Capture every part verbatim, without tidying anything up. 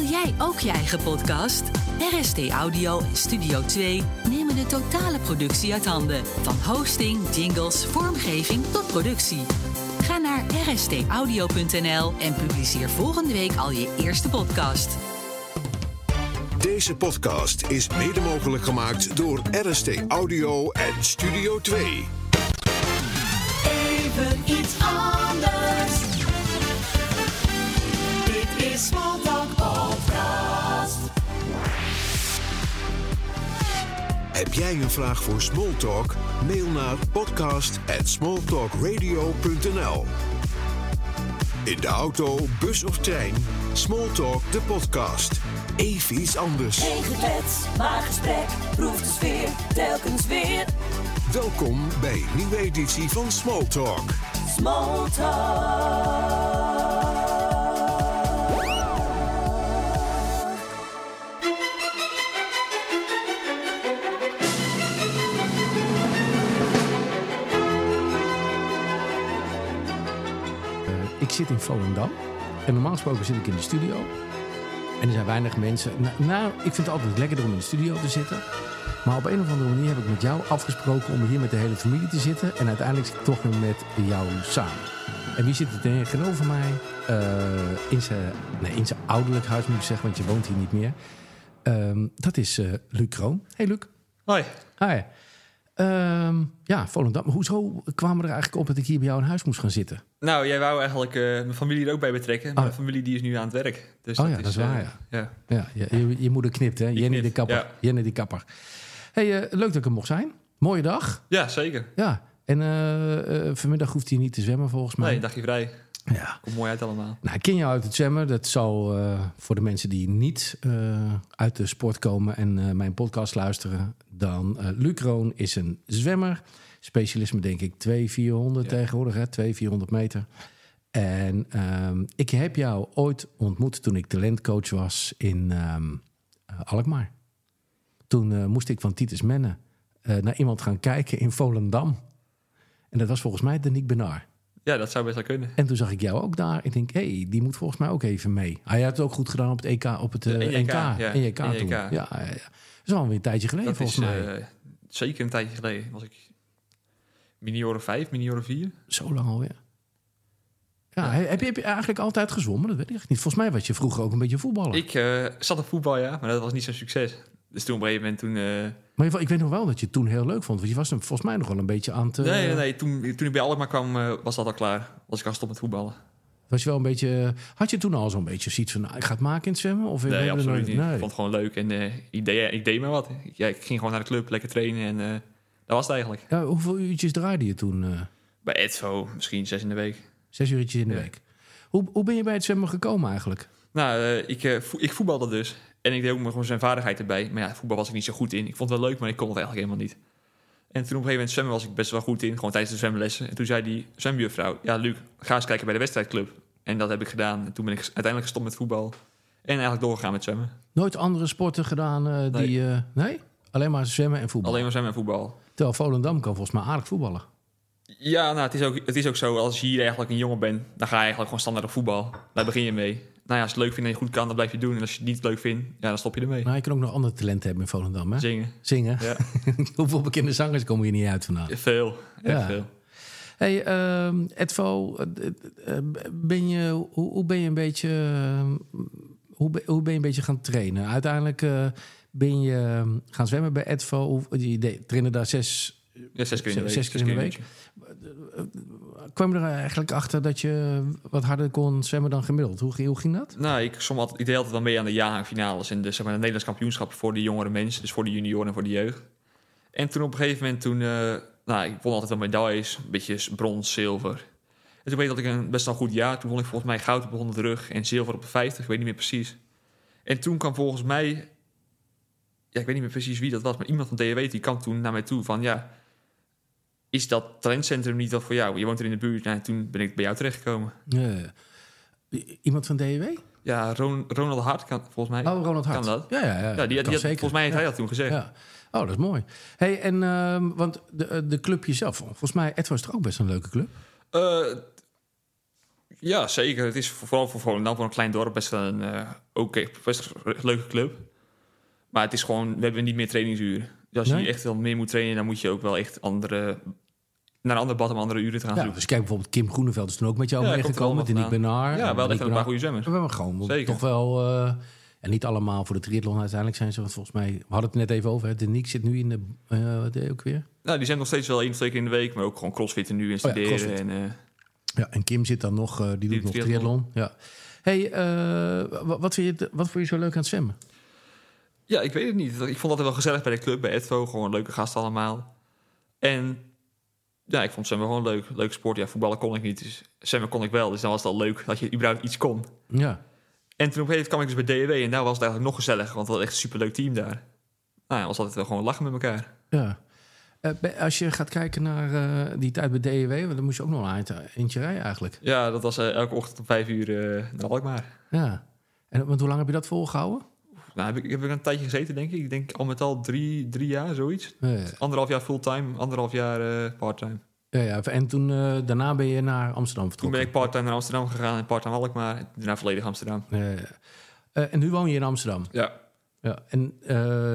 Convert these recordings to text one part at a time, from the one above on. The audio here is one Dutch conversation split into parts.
jij ook je eigen podcast? R S T Audio en Studio twee nemen de totale productie uit handen. Van hosting, jingles, vormgeving tot productie. Ga naar r s t audio punt n l en publiceer volgende week al je eerste podcast. Deze podcast is mede mogelijk gemaakt door R S T Audio en Studio twee. Even iets anders. Dit is Smalltalk Podcast. Heb jij een vraag voor Smalltalk? Mail naar podcast at smalltalkradio punt n l. In de auto, bus of trein, Smalltalk de podcast. Even iets anders. Geen geklets, maar gesprek, proef de sfeer, telkens weer. Welkom bij een nieuwe editie van Smalltalk. Smalltalk. Ik zit in Volendam en normaal gesproken zit ik in de studio. En er zijn weinig mensen. Nou, nou, ik vind het altijd lekkerder om in de studio te zitten. Maar op een of andere manier heb ik met jou afgesproken om hier met de hele familie te zitten. En uiteindelijk zit ik toch weer met jou samen. En wie zit er tegenover mij? Uh, in zijn nee, in zijn ouderlijk huis moet ik zeggen, want je woont hier niet meer. Um, dat is uh, Luc Kroon. Hey Luc. Hoi. Hi. Um, ja, Volendam. Hoezo kwamen we er eigenlijk op dat ik hier bij jou in huis moest gaan zitten? Nou, jij wou eigenlijk uh, mijn familie er ook bij betrekken. Mijn oh. familie die is nu aan het werk. Dus oh dat ja, is, dat is waar, uh, ja. ja. ja je, je moeder knipt, hè? Die Jenny knipt, de kapper. ja. Jenny die kapper. Hey, uh, leuk dat ik er mocht zijn. Mooie dag. Ja, zeker. Ja, en uh, uh, vanmiddag hoeft hij niet te zwemmen volgens mij. Nee, een dagje vrij. Ja. Komt mooi uit allemaal. Nou, ik ken jou uit het zwemmen. Dat zal uh, voor de mensen die niet uh, uit de sport komen en uh, mijn podcast luisteren. Dan uh, Luc Kroon is een zwemmer. Specialisme denk ik twee vierhonderd ja. tegenwoordig, hè? twee vierhonderd meter. En um, ik heb jou ooit ontmoet toen ik talentcoach was in um, uh, Alkmaar. Toen uh, moest ik van Titus Menne uh, naar iemand gaan kijken in Volendam. En dat was volgens mij Danique Benaar. Ja, dat zou best wel kunnen. En toen zag ik jou ook daar. Ik denk, hé, hey, die moet volgens mij ook even mee. Hij had het ook goed gedaan op het E K, op het uh, N J K. N K. Ja. N J K toen. N J K. Ja, ja, ja. Dat is alweer een tijdje geleden dat volgens is, mij. Uh, zeker een tijdje geleden. Was ik minioren vijf, minioren vier. Zo lang alweer. Ja, ja. Heb, je, heb je eigenlijk altijd gezwommen? Dat weet ik echt niet. Volgens mij was je vroeger ook een beetje voetballer. Ik uh, zat op voetbal, ja, maar dat was niet zo'n succes. Dus toen op een gegeven moment toen... Uh... Maar ik weet nog wel dat je het toen heel leuk vond. Want je was volgens mij nog wel een beetje aan het... Uh... Nee, nee, nee. Toen, toen ik bij Alkmaar kwam, uh, was dat al klaar. Was ik al gestopt met voetballen. Was je wel een beetje... Had je toen al zo'n beetje zoiets van... Nou, ik ga het maken in het zwemmen? Of nee, absoluut nooit... niet. Nee. Ik vond het gewoon leuk. En uh, ik, deed, ik deed maar wat. Ja, ik ging gewoon naar de club, lekker trainen. En uh, dat was het eigenlijk. Ja, hoeveel uurtjes draaide je toen? Uh... Bij Edvo, misschien zes in de week. Zes uurtjes in de ja. week. Hoe, hoe ben je bij het zwemmen gekomen eigenlijk? Nou, uh, ik, uh, vo- ik voetbalde dus. En ik deed ook maar gewoon zijn vaardigheid erbij. Maar ja, voetbal was ik niet zo goed in. Ik vond het wel leuk, maar ik kon het eigenlijk helemaal niet. En toen op een gegeven moment zwemmen was ik best wel goed in. Gewoon tijdens de zwemlessen. En toen zei die zwemjuffrouw... Ja, Luc, ga eens kijken bij de wedstrijdclub. En dat heb ik gedaan. En toen ben ik uiteindelijk gestopt met voetbal. En eigenlijk doorgegaan met zwemmen. Nooit andere sporten gedaan uh, die... Nee. Uh, nee? Alleen maar zwemmen en voetbal? Alleen maar zwemmen en voetbal. Terwijl Volendam kan volgens mij aardig voetballen. Ja, nou, het is, ook, het is ook zo. Als je hier eigenlijk een jongen bent... dan ga je eigenlijk gewoon standaard op voetbal. Daar begin je mee. Nou ja, als je het leuk vindt en je goed kan, dan blijf je doen. En als je het niet leuk vindt, ja, dan stop je ermee. Maar je kan ook nog andere talenten hebben in Volendam, hè? Zingen. Zingen? Ja. Hoeveel bekende zangers komen hier niet uit vandaan? Veel, echt ja. veel. Hey, uh, Edvo, uh, uh, ben je, hoe, hoe ben je een beetje... Uh, hoe, be, hoe ben je een beetje gaan trainen? Uiteindelijk uh, ben je uh, gaan zwemmen bij Edvo. Je trainde daar zes... Ja, zes keer in de week. Zes keer in de week. Kwam je er eigenlijk achter dat je wat harder kon zwemmen dan gemiddeld? Hoe, hoe ging dat? Nou, ik, som altijd, ik deed altijd wel mee aan de jaarfinales en de, zeg maar, de Nederlands kampioenschap voor de jongere mensen. Dus voor de junioren en voor de jeugd. En toen op een gegeven moment, toen, uh, nou, ik won altijd wel medailles. Een beetje brons, zilver. En toen weet ik dat ik een best wel goed jaar. Toen won ik volgens mij goud op de honderd rug en zilver op de vijftig. Ik weet niet meer precies. En toen kwam volgens mij... Ja, ik weet niet meer precies wie dat was. Maar iemand van D H W die kwam toen naar mij toe van... ja, is dat talentcentrum niet wat voor jou? Je woont er in de buurt. En toen ben ik bij jou terechtgekomen. Uh, iemand van D H W? Ja, Ron, Ronald Hart kan volgens mij. Oh, Ronald Hart. Kan dat? Ja, ja, ja. ja die, die had, volgens mij heeft ja. hij dat toen gezegd. Ja. Oh, dat is mooi. Hey, en uh, want de, de club jezelf, volgens mij, Edvo is toch ook best een leuke club? Uh, Ja, zeker. Het is vooral voor Volendam, voor een klein dorp, best wel een uh, oké, best een leuke club. Maar het is gewoon, we hebben niet meer trainingsuren. Dus als Nee? je echt wel meer moet trainen, dan moet je ook wel echt andere, naar een ander bad om andere uren te gaan Ja, zoeken. dus kijk bijvoorbeeld Kim Groeneveld is toen ook met jou Ja, komt er meegekomen. allemaal Denique vandaan. Benaar. Ja, wel Denique echt een paar Benaar. goede zwemmers. We hebben gewoon Zeker. toch wel... Uh, en niet allemaal voor de triathlon uiteindelijk zijn ze. Want volgens mij, we hadden het net even over. Hè, Denique zit nu in de... Uh, wat deed je ook weer? Nou, die zijn nog steeds wel één of twee keer in de week, maar ook gewoon crossfitten nu en ja, studeren. crossfit. en, uh, Ja, en Kim zit dan nog... Uh, die, die doet nog triathlon. triathlon. Ja. Hey, uh, wat, wat, vind je, wat vond je zo leuk aan het zwemmen? Ja, ik weet het niet. Ik vond het altijd wel gezellig bij de club, bij Edvo. Gewoon leuke gasten allemaal. En ja, ik vond zwemmen gewoon leuk. Leuke sport. Ja, voetballen kon ik niet. Dus zwemmen kon ik wel. Dus dan was het al leuk dat je überhaupt iets kon. Ja. En toen op een gegeven moment kwam ik dus bij D E W. En daar was het eigenlijk nog gezelliger. Want we hadden echt een superleuk team daar. Nou ja, was altijd wel gewoon lachen met elkaar. Ja. Uh, bij- als je gaat kijken naar uh, die tijd bij D E W... want dan moest je ook nog een eind- eentje rijden eigenlijk. Ja, dat was uh, elke ochtend om vijf uur uh, naar Alkmaar. Ja. En want hoe lang heb je dat volgehouden? Nou, heb ik, heb ik een tijdje gezeten, denk ik. Ik denk al met al drie, drie jaar, zoiets. Ja, ja. Anderhalf jaar fulltime, anderhalf jaar uh, parttime. Ja, ja. En toen, uh, daarna ben je naar Amsterdam Toen vertrokken. ben ik parttime naar Amsterdam gegaan en parttime Alkmaar. En daarna volledig Amsterdam. Ja, ja. Uh, en nu woon je in Amsterdam. Ja. Ja. En uh,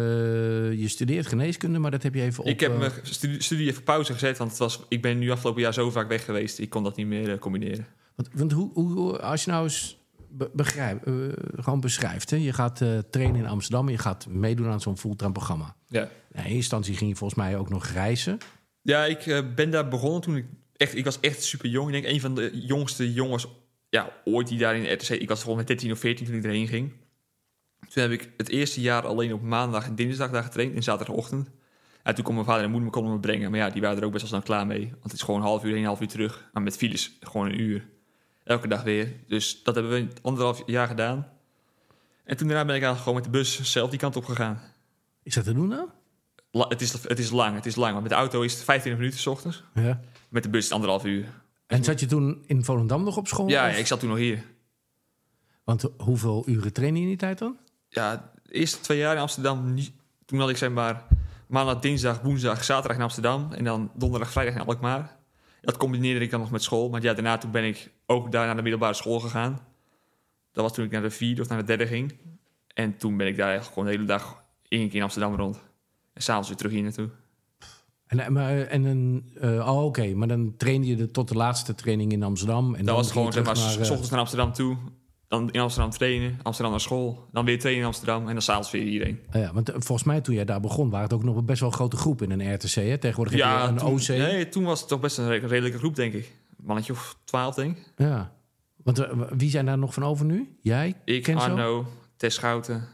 je studeert geneeskunde, maar dat heb je even op... Ik heb uh, mijn studie, studie even pauze gezet, want het was, ik ben nu afgelopen jaar zo vaak weg geweest. Ik kon dat niet meer uh, combineren. Want, want hoe, hoe, als je nou eens be- begrijp, uh, gewoon beschrijft... Hè? Je gaat uh, trainen in Amsterdam en je gaat meedoen aan zo'n fulltime programma. Ja, In eerste instantie ging je volgens mij ook nog reizen. ja ik uh, ben daar begonnen toen ik echt... Ik was echt super jong. Ik denk een van de jongste jongens ja, ooit die daar in de R T C... Ik was volgens mij dertien of veertien toen ik erheen ging. Toen heb ik het eerste jaar alleen op maandag en dinsdag daar getraind. En zaterdagochtend. En toen kon mijn vader en moeder me konden me brengen. Maar ja, die waren er ook best wel snel klaar mee. Want het is gewoon een half uur heen, half uur terug. Maar met files gewoon een uur. Elke dag weer. Dus dat hebben we anderhalf jaar gedaan. En toen daarna ben ik eigenlijk gewoon met de bus zelf die kant op gegaan. Is dat te doen dan? La- het, is, het is lang, het is lang. Want met de auto is het vijfentwintig minuten 's ochtends. Ja. Met de bus is het anderhalf uur. En zat je toen in Volendam nog op school? Ja, of? ja, ik zat toen nog hier. Want hoeveel uren train je in die tijd dan? Ja, de eerste twee jaar in Amsterdam... niet- Toen had ik zeg maar maandag, dinsdag, woensdag, zaterdag in Amsterdam. En dan donderdag, vrijdag in Alkmaar. Dat combineerde ik dan nog met school. Maar ja, daarna toen ben ik ook daar naar de middelbare school gegaan. Dat was toen ik naar de vierde of naar de derde ging. En toen ben ik daar eigenlijk gewoon de hele dag één keer in Amsterdam rond. En s'avonds weer terug hier naartoe. En, maar, en dan, uh, oh, oké, maar dan trainde je de, tot de laatste training in Amsterdam. En Dat dan was ging je gewoon zeg maar, terug s naar, uh, ochtends naar Amsterdam toe. Dan in Amsterdam trainen, Amsterdam naar school. Dan weer trainen in Amsterdam en dan s'avonds weer hierheen. uh, ja, want uh, volgens mij toen jij daar begon, waren het ook nog best wel een grote groep in een R T C. Hè? Tegenwoordig heb je een toen, O C. Nee, toen was het toch best een re- redelijke groep, denk ik. Mannetje of twaalf, denk ik. Ja. Want uh, wie zijn daar nog van over nu? Jij? Ik, Kenzo? Arno, Tess Schouten.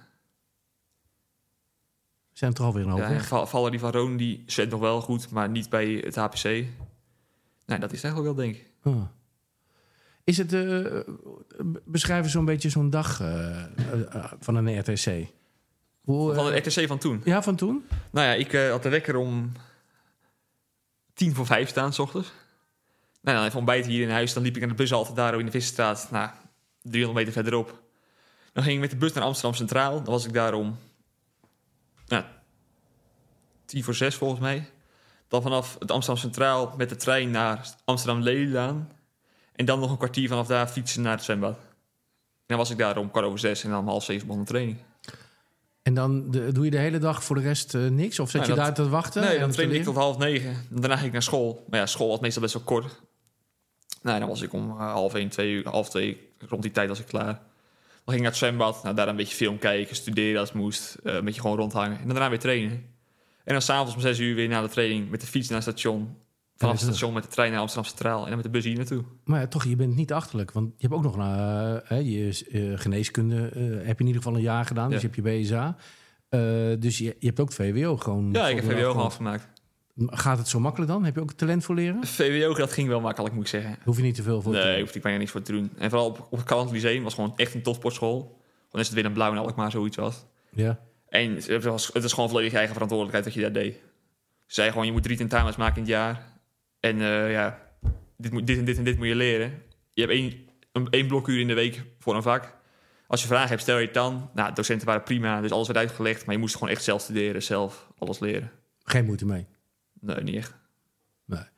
Zijn er toch alweer een hoop Ja, en weg? Val- Valerie van Roon, die zet nog wel goed, maar niet bij het H P C. Nee, dat is eigenlijk wel, denk ik. Oh. Is het, uh, beschrijven zo'n beetje zo'n dag uh, uh, uh, van een R T C? Hoe, uh, Van de R T C van toen. Ja, van toen? Nou ja, ik uh, had de wekker om tien voor vijf staan, 's ochtends. Nou, dan even ontbijten hier in huis. Dan liep ik naar de bus altijd daar in de Visserstraat. Nou, driehonderd meter verderop. Dan ging ik met de bus naar Amsterdam Centraal. Dan was ik daar om nou, tien voor zes volgens mij. Dan vanaf het Amsterdam Centraal met de trein naar Amsterdam Lelylaan. En dan nog een kwartier vanaf daar fietsen naar het zwembad. En dan was ik daar om kwart over zes en dan om half zeven begon de training. En dan de, doe je de hele dag voor de rest uh, niks? Of zet Nou, je dat- daar te wachten? Nee, en dan te trainde ik leren? tot half negen. Daarna ging ik naar school. Maar ja, school was meestal best wel kort. Nou, dan was ik om uh, half één, twee uur, half twee. Rond die tijd was ik klaar. Dan ging ik naar het zwembad. Nou, daar een beetje film kijken, studeren als het moest. Uh, een beetje gewoon rondhangen. En daarna weer trainen. En dan s'avonds om zes uur weer na de training met de fiets naar het station. Vanaf het Ja, dat is- station met de trein naar Amsterdam Centraal. En dan met de bus hier naartoe. Maar ja, toch, je bent niet achterlijk. Want je hebt ook nog uh, hè, je uh, geneeskunde. Uh, heb je in ieder geval een jaar gedaan. Dus Ja. je hebt je B S A. Uh, dus je, je hebt ook V W O gewoon. Ja, ik heb voor V de W O gewoon afgerond. afgemaakt. Gaat het zo makkelijk dan? Heb je ook talent voor leren? V W O, dat ging wel makkelijk, moet ik zeggen. Hoef je niet te veel voor te Nee, doen. hoefde ik bijna niks voor te doen. En vooral op, op het Calend Lyceum was gewoon echt een topsportschool. Gewoon is het weer een blauw en Alkmaar zoiets was. Ja. En het was, het is gewoon volledig je eigen verantwoordelijkheid wat je daar deed. Ze zei gewoon, je moet drie tentamens maken in het jaar. En uh, ja, dit, moet, dit en dit en dit moet je leren. Je hebt één, een, één blokuur in de week voor een vak. Als je vragen hebt, stel je het dan. Nou, docenten waren prima, dus alles werd uitgelegd. Maar je moest gewoon echt zelf studeren, zelf alles leren. Geen moeite mee. Nee, niet echt. Nee.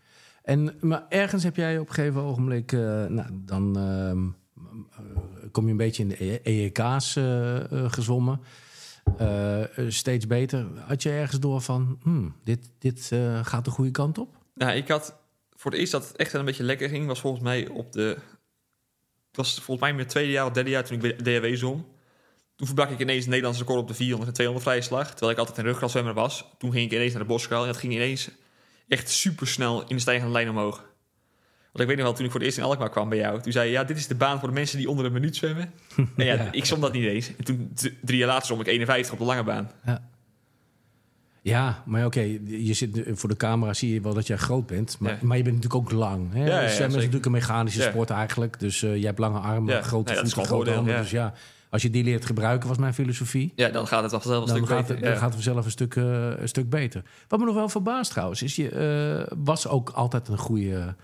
En, maar ergens heb jij op een gegeven ogenblik... Uh, nou, dan uh, kom je een beetje in de E E K's uh, uh, gezwommen. Uh, steeds beter. Had je ergens door van... Hmm, dit, dit uh, gaat de goede kant op? Nou, ik had... Voor het eerst dat het echt een beetje lekker ging... was volgens mij op de... Het was volgens mij mijn tweede jaar of derde jaar... toen ik bij D H W zwom. Toen verbrak ik ineens het Nederlands record op de vierhonderd en tweehonderd vrije slag. Terwijl ik altijd een ruggratzwemmer was. Toen ging ik ineens naar de boskuil. En dat ging ineens echt supersnel in de stijgende lijn omhoog. Want ik weet nog wel, toen ik voor het eerst in Alkmaar kwam bij jou... toen zei je, ja, dit is de baan voor de mensen die onder een minuut zwemmen. En ja, ja. ik zwom dat niet eens. En toen, d- drie jaar later zwom ik eenenvijftig op de lange baan. Ja, ja maar oké, okay, je zit voor de camera zie je wel dat jij groot bent. Maar, ja. maar je bent natuurlijk ook lang. Hè? Ja, ja, ja, zwemmen is natuurlijk een mechanische ja. sport eigenlijk. Dus uh, je hebt lange armen, ja. grote nee, voeten, grote handen. Ja. Dus ja, als je die leert gebruiken, was mijn filosofie... Ja, dan gaat het vanzelf een dan stuk gaat beter. Het, ja. Dan gaat het vanzelf een stuk, uh, een stuk beter. Wat me nog wel verbaast trouwens, is je uh, was ook altijd een goede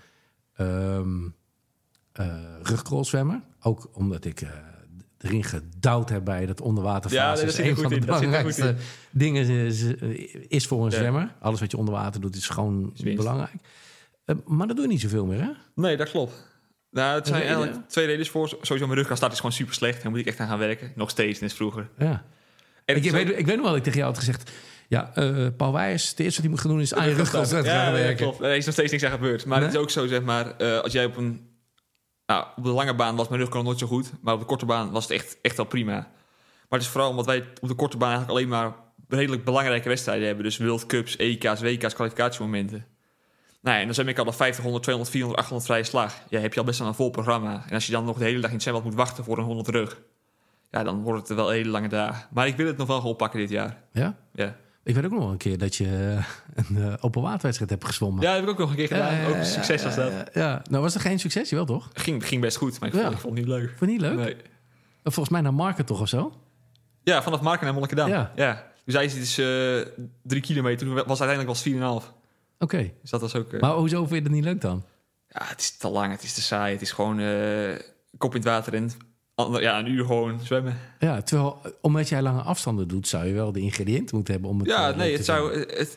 um, uh, rugcrawlzwemmer. Ook omdat ik uh, erin gedouwd heb bij dat onderwaterfase. Ja, is een van de belangrijkste dingen is, is voor een ja. zwemmer. Alles wat je onder water doet is gewoon is belangrijk. Uh, maar dat doe je niet zoveel meer, hè? Nee, dat klopt. Nou, het zijn eigenlijk ja. twee redenen voor. Sowieso mijn ruggraat is gewoon super slecht. Daar moet ik echt aan gaan werken. Nog steeds, net vroeger. Ja. En ik, zo... weet, ik weet nog wel dat ik tegen jou had gezegd... Ja, uh, Paul Wijers, het eerste wat hij moet gaan doen is aan je ruggraat gaan ja, werken. Ja, klopt. Er is nog steeds niks aan gebeurd. Maar nee? Het is ook zo, zeg maar, uh, als jij op een... Nou, op de lange baan was mijn ruggraat nooit zo goed. Maar op de korte baan was het echt, echt wel prima. Maar het is vooral omdat wij op de korte baan eigenlijk alleen maar... redelijk belangrijke wedstrijden hebben. Dus World Cups, E K's, W K's, kwalificatiemomenten. Nou ja, en dan zwem ik al op vijftig, honderd, tweehonderd, vierhonderd, achthonderd vrije slag. Ja, heb je al best wel een vol programma. En als je dan nog de hele dag in het zwembad moet wachten voor een honderd rug... ja, dan wordt het wel een hele lange dag. Maar ik wil het nog wel gaan oppakken dit jaar. Ja? Ja. Ik weet ook nog wel een keer dat je een uh, open waterwedstrijd hebt gezwommen. Ja, dat heb ik ook nog een keer gedaan. Ja, ja, ja, ook een succes was dat. Ja, ja. Nou, was er geen succes, wel toch? Ging, ging best goed, maar ik vond, ja. ik vond het niet leuk. Vond je niet leuk? Nee. Volgens mij naar Marken toch of zo? Ja, vanaf Marken naar Monnikendam. Ja. ja. Dus hij is uh, drie kilometer. Toen was uiteindelijk was vier komma vijf. Oké. Okay. Dus dat was ook... Uh... Maar hoezo vind je dat niet leuk dan? Ja, het is te lang, het is te saai. Het is gewoon uh, kop in het water en ander, ja, een uur gewoon zwemmen. Ja, terwijl omdat jij lange afstanden doet, zou je wel de ingrediënten moeten hebben om het ja, uh, nee, te het zou... Het,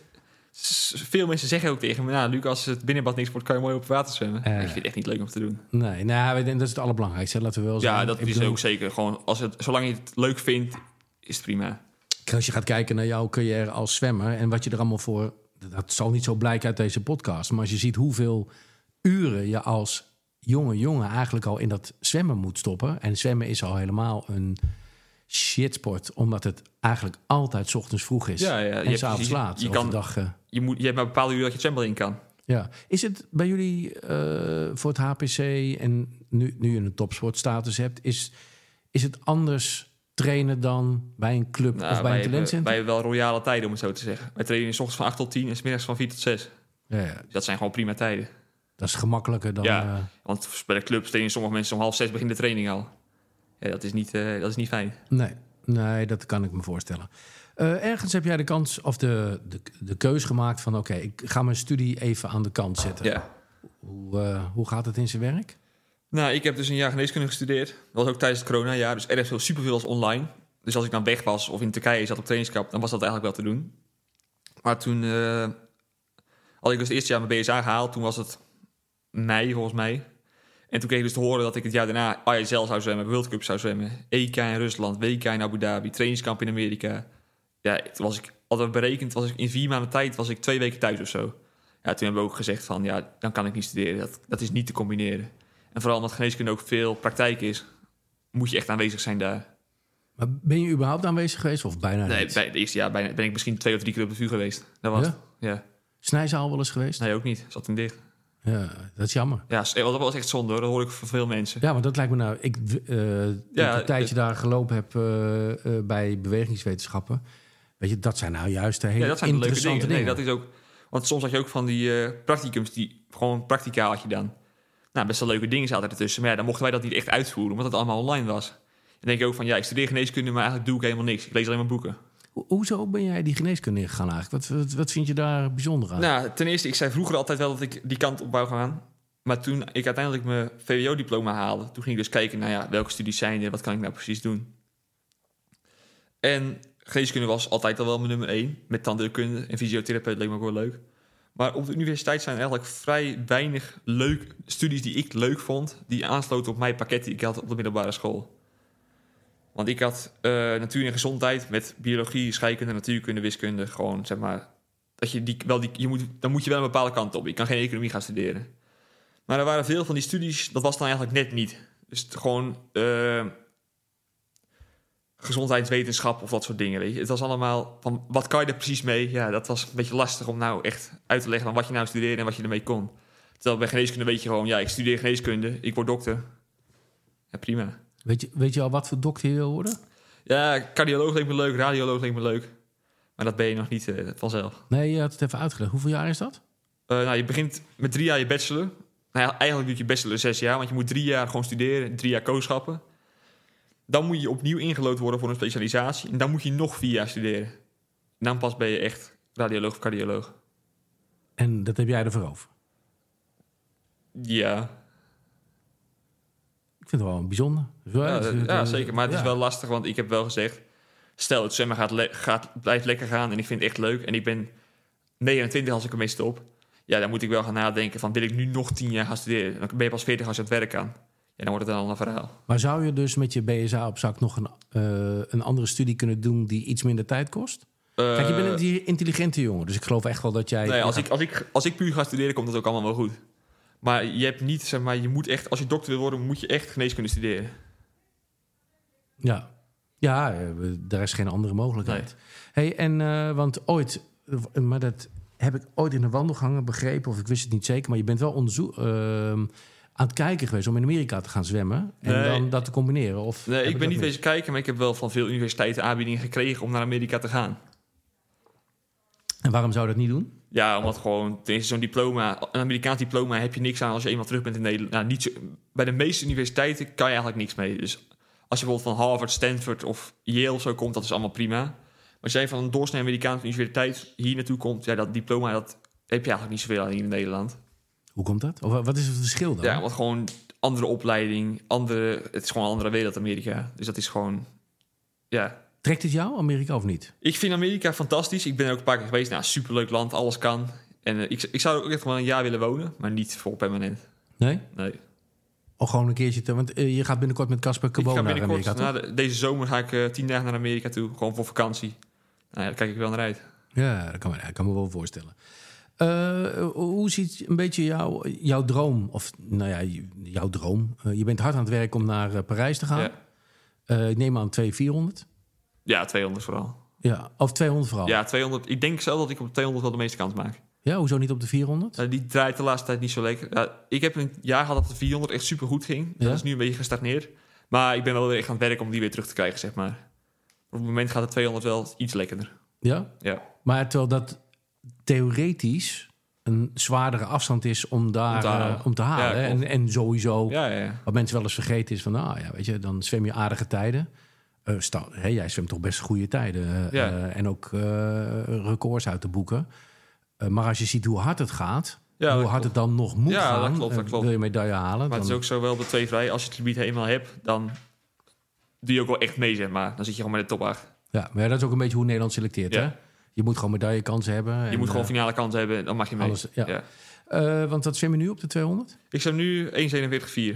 veel mensen zeggen ook tegen me... Nou, Luc, als het binnenbad niks wordt, kan je mooi op het water zwemmen. Uh, ik vind het echt niet leuk om te doen. Nee, nou, dat is het allerbelangrijkste. Laten we wel zeggen. Ja, dat ik is bedoel, ook zeker. Gewoon, als het, zolang je het leuk vindt, is het prima. Als je gaat kijken naar jouw carrière als zwemmer... en wat je er allemaal voor... dat zal niet zo blijken uit deze podcast... maar als je ziet hoeveel uren je als jonge jongen... eigenlijk al in dat zwemmen moet stoppen... en zwemmen is al helemaal een shitsport... omdat het eigenlijk altijd 's ochtends vroeg is ja, ja, en 's avonds laat. Je, kan, dag, uh, je, moet, je hebt maar bepaalde uren dat je het zwembad in kan. Ja. Is het bij jullie uh, voor het H P C... en nu, nu je een topsportstatus hebt... is, is het anders... trainen dan bij een club nou, of bij een talentcentrum? Wij hebben wel royale tijden, om het zo te zeggen. Wij trainen 's ochtends van acht tot tien en 's middags van vier tot zes. Ja, ja. Dus dat zijn gewoon prima tijden. Dat is gemakkelijker dan... Ja, uh... want bij de clubs trainen sommige mensen om half zes begint de training al. Ja, dat is niet, uh, dat is niet fijn. Nee, nee, dat kan ik me voorstellen. Uh, ergens heb jij de kans of de, de, de keus gemaakt van... oké, okay, ik ga mijn studie even aan de kant zetten. Ja. Hoe, uh, hoe gaat het in zijn werk? Nou, ik heb dus een jaar geneeskunde gestudeerd. Dat was ook tijdens het coronajaar, dus erg veel, superveel als online. Dus als ik dan weg was of in Turkije zat op trainingskamp... dan was dat eigenlijk wel te doen. Maar toen uh, had ik dus het eerste jaar mijn B S A gehaald. Toen was het mei, volgens mij. En toen kreeg ik dus te horen dat ik het jaar daarna I S L zou zwemmen... World Cup zou zwemmen, E K in Rusland, W K in Abu Dhabi... trainingskamp in Amerika. Ja, toen was ik, hadden we berekend, was ik in vier maanden tijd... was ik twee weken thuis of zo. Ja, toen hebben we ook gezegd van, ja, dan kan ik niet studeren. Dat, dat is niet te combineren. En vooral omdat geneeskunde ook veel praktijk is... moet je echt aanwezig zijn daar. Maar ben je überhaupt aanwezig geweest of bijna nee, niet? bij het eerste jaar bijna, ben ik misschien twee of drie keer op de vuur geweest. Dat was ja? ja. Snijzaal wel eens geweest? Nee, ook niet. Zat toen dicht. Ja, dat is jammer. Ja, dat was echt zonde hoor. Dat hoor ik van veel mensen. Ja, maar dat lijkt me nou... Ik, uh, ja, ik een tijdje uh, daar gelopen heb uh, uh, bij bewegingswetenschappen. Weet je, dat zijn nou juist de hele ja, dat zijn interessante leuke dingen. dingen. Nee, dat is ook... Want soms had je ook van die uh, practicums, die gewoon practica had je dan. Nou, best wel leuke dingen zaten ertussen. Maar ja, dan mochten wij dat niet echt uitvoeren, omdat het allemaal online was. Dan denk ik ook van, ja, ik studeer geneeskunde, maar eigenlijk doe ik helemaal niks. Ik lees alleen maar boeken. Ho- hoezo ben jij die geneeskunde ingegaan eigenlijk? Wat, wat, wat vind je daar bijzonder aan? Nou, ten eerste, ik zei vroeger altijd wel dat ik die kant op wou gaan. Maar toen ik uiteindelijk mijn V W O-diploma haalde... toen ging ik dus kijken, nou ja, welke studies zijn er? Wat kan ik nou precies doen? En geneeskunde was altijd al wel mijn nummer één. Met tandheelkunde en fysiotherapeut leek me ook wel leuk. Maar op de universiteit zijn er eigenlijk vrij weinig leuk, studies die ik leuk vond... die aansloten op mijn pakket die ik had op de middelbare school. Want ik had uh, natuur en gezondheid met biologie, scheikunde, natuurkunde, wiskunde. Gewoon, zeg maar, dat je die, wel die, je moet, dan moet je wel een bepaalde kant op. Je kan geen economie gaan studeren. Maar er waren veel van die studies, dat was dan eigenlijk net niet. Dus het, gewoon uh, gezondheidswetenschap of dat soort dingen, weet je. Het was allemaal van, wat kan je er precies mee? Ja, dat was een beetje lastig om nou echt uit te leggen... van wat je nou studeerde en wat je ermee kon. Terwijl bij geneeskunde weet je gewoon... ja, ik studeer geneeskunde, ik word dokter. Ja, prima. Weet je, weet je al wat voor dokter je wil worden? Ja, cardioloog leek me leuk, radioloog leek me leuk. Maar dat ben je nog niet uh, vanzelf. Nee, je had het even uitgelegd. Hoeveel jaar is dat? Uh, nou, je begint met drie jaar je bachelor. Nou ja, eigenlijk doet je bachelor zes jaar... want je moet drie jaar gewoon studeren, drie jaar kooschappen. Dan moet je opnieuw ingelood worden voor een specialisatie... en dan moet je nog vier jaar studeren. En dan pas ben je echt radioloog of cardioloog. En dat heb jij ervoor over? Ja... Ik vind het wel bijzonder. Ja, ja, zeker. Maar het ja. is wel lastig, want ik heb wel gezegd... stel, het zwemmen gaat, le- gaat, blijft lekker gaan en ik vind het echt leuk... en ik ben negenentwintig als ik ermee stop... ja, dan moet ik wel gaan nadenken van... wil ik nu nog tien jaar gaan studeren? Dan ben je pas veertig als je aan het werk kan. Ja, dan wordt het een ander verhaal. Maar zou je dus met je B S A op zak nog een, uh, een andere studie kunnen doen... die iets minder tijd kost? Uh, Kijk, je bent een intelligente jongen, dus ik geloof echt wel dat jij... Nee, als, ik, als, ik, als ik puur ga studeren, komt dat ook allemaal wel goed. Maar je hebt niet, zeg maar, je moet echt... als je dokter wil worden, moet je echt geneeskunde studeren. Ja, ja, daar is geen andere mogelijkheid. Nee. Hey, en uh, want ooit, maar dat heb ik ooit in de wandelgangen begrepen... of ik wist het niet zeker, maar je bent wel onderzoek... Uh, aan het kijken geweest om in Amerika te gaan zwemmen... en nee. dan dat te combineren? Of nee, ik ben niet bezig kijken... maar ik heb wel van veel universiteiten aanbiedingen gekregen... om naar Amerika te gaan. En waarom zou je dat niet doen? Ja, omdat gewoon... zo'n diploma, een Amerikaans diploma... heb je niks aan als je eenmaal terug bent in Nederland. Nou, niet zo, bij de meeste universiteiten kan je eigenlijk niks mee. Dus als je bijvoorbeeld van Harvard, Stanford of Yale of zo komt... dat is allemaal prima. Maar als jij van een doorsnee Amerikaanse universiteit hier naartoe komt... ja, dat diploma dat heb je eigenlijk niet zoveel aan hier in Nederland... Hoe komt dat? Of wat is het verschil dan? Ja, want gewoon andere opleiding, andere, het is gewoon een andere wereld Amerika. Dus dat is gewoon, ja. Trekt het jou, Amerika, of niet? Ik vind Amerika fantastisch. Ik ben er ook een paar keer geweest. Nou, superleuk land, alles kan. En uh, ik, ik zou er ook echt wel een jaar willen wonen, maar niet voor permanent. Nee? Nee. Of gewoon een keertje, te, want uh, je gaat binnenkort met Casper Cabot naar Amerika, na de, deze zomer ga ik uh, tien dagen naar Amerika toe, gewoon voor vakantie. Nou ja, daar kijk ik wel naar uit. Ja, dat kan, me, dat kan me wel voorstellen. Uh, hoe ziet een beetje jouw, jouw droom, of nou ja, jouw droom? Uh, je bent hard aan het werk om naar uh, Parijs te gaan. Ja. Uh, ik neem aan twee vierhonderd. Ja, tweehonderd vooral. Ja, of tweehonderd vooral? Ja, tweehonderd. Ik denk zelf dat ik op de tweehonderd wel de meeste kans maak. Ja, hoezo niet op de vierhonderd? Uh, die draait de laatste tijd niet zo lekker. Uh, ik heb een jaar gehad dat de vierhonderd echt super goed ging. Dat ja? is nu een beetje gestagneerd. Maar ik ben wel weer echt aan het werken om die weer terug te krijgen, zeg maar. Op het moment gaat de tweehonderd wel iets lekkerder. Ja? Ja. Maar terwijl dat theoretisch een zwaardere afstand is om daar om te halen. Uh, om te halen ja, en, en sowieso, ja, ja, ja. wat mensen wel eens vergeten is van, nou ja, weet je, dan zwem je aardige tijden. Uh, sta, hey, jij zwemt toch best goede tijden uh, ja. uh, en ook uh, records uit te boeken. Uh, maar als je ziet hoe hard het gaat, ja, hoe hard klopt. Het dan nog moet ja, gaan, dat klopt, dat klopt. wil je medaille halen. Maar dan... het is ook zo wel op de twee vrij. Als je het gebied helemaal hebt, dan doe je ook wel echt mee, zeg maar. Dan zit je gewoon met de top acht. Ja, maar ja, dat is ook een beetje hoe Nederland selecteert, ja. hè? Je moet gewoon medaillekansen hebben. Je en, moet gewoon uh, finale kansen hebben, dan mag je mee. Alles, ja. Ja. Uh, want wat zwem je nu op de tweehonderd? Ik zwem nu één zevenenveertig vier.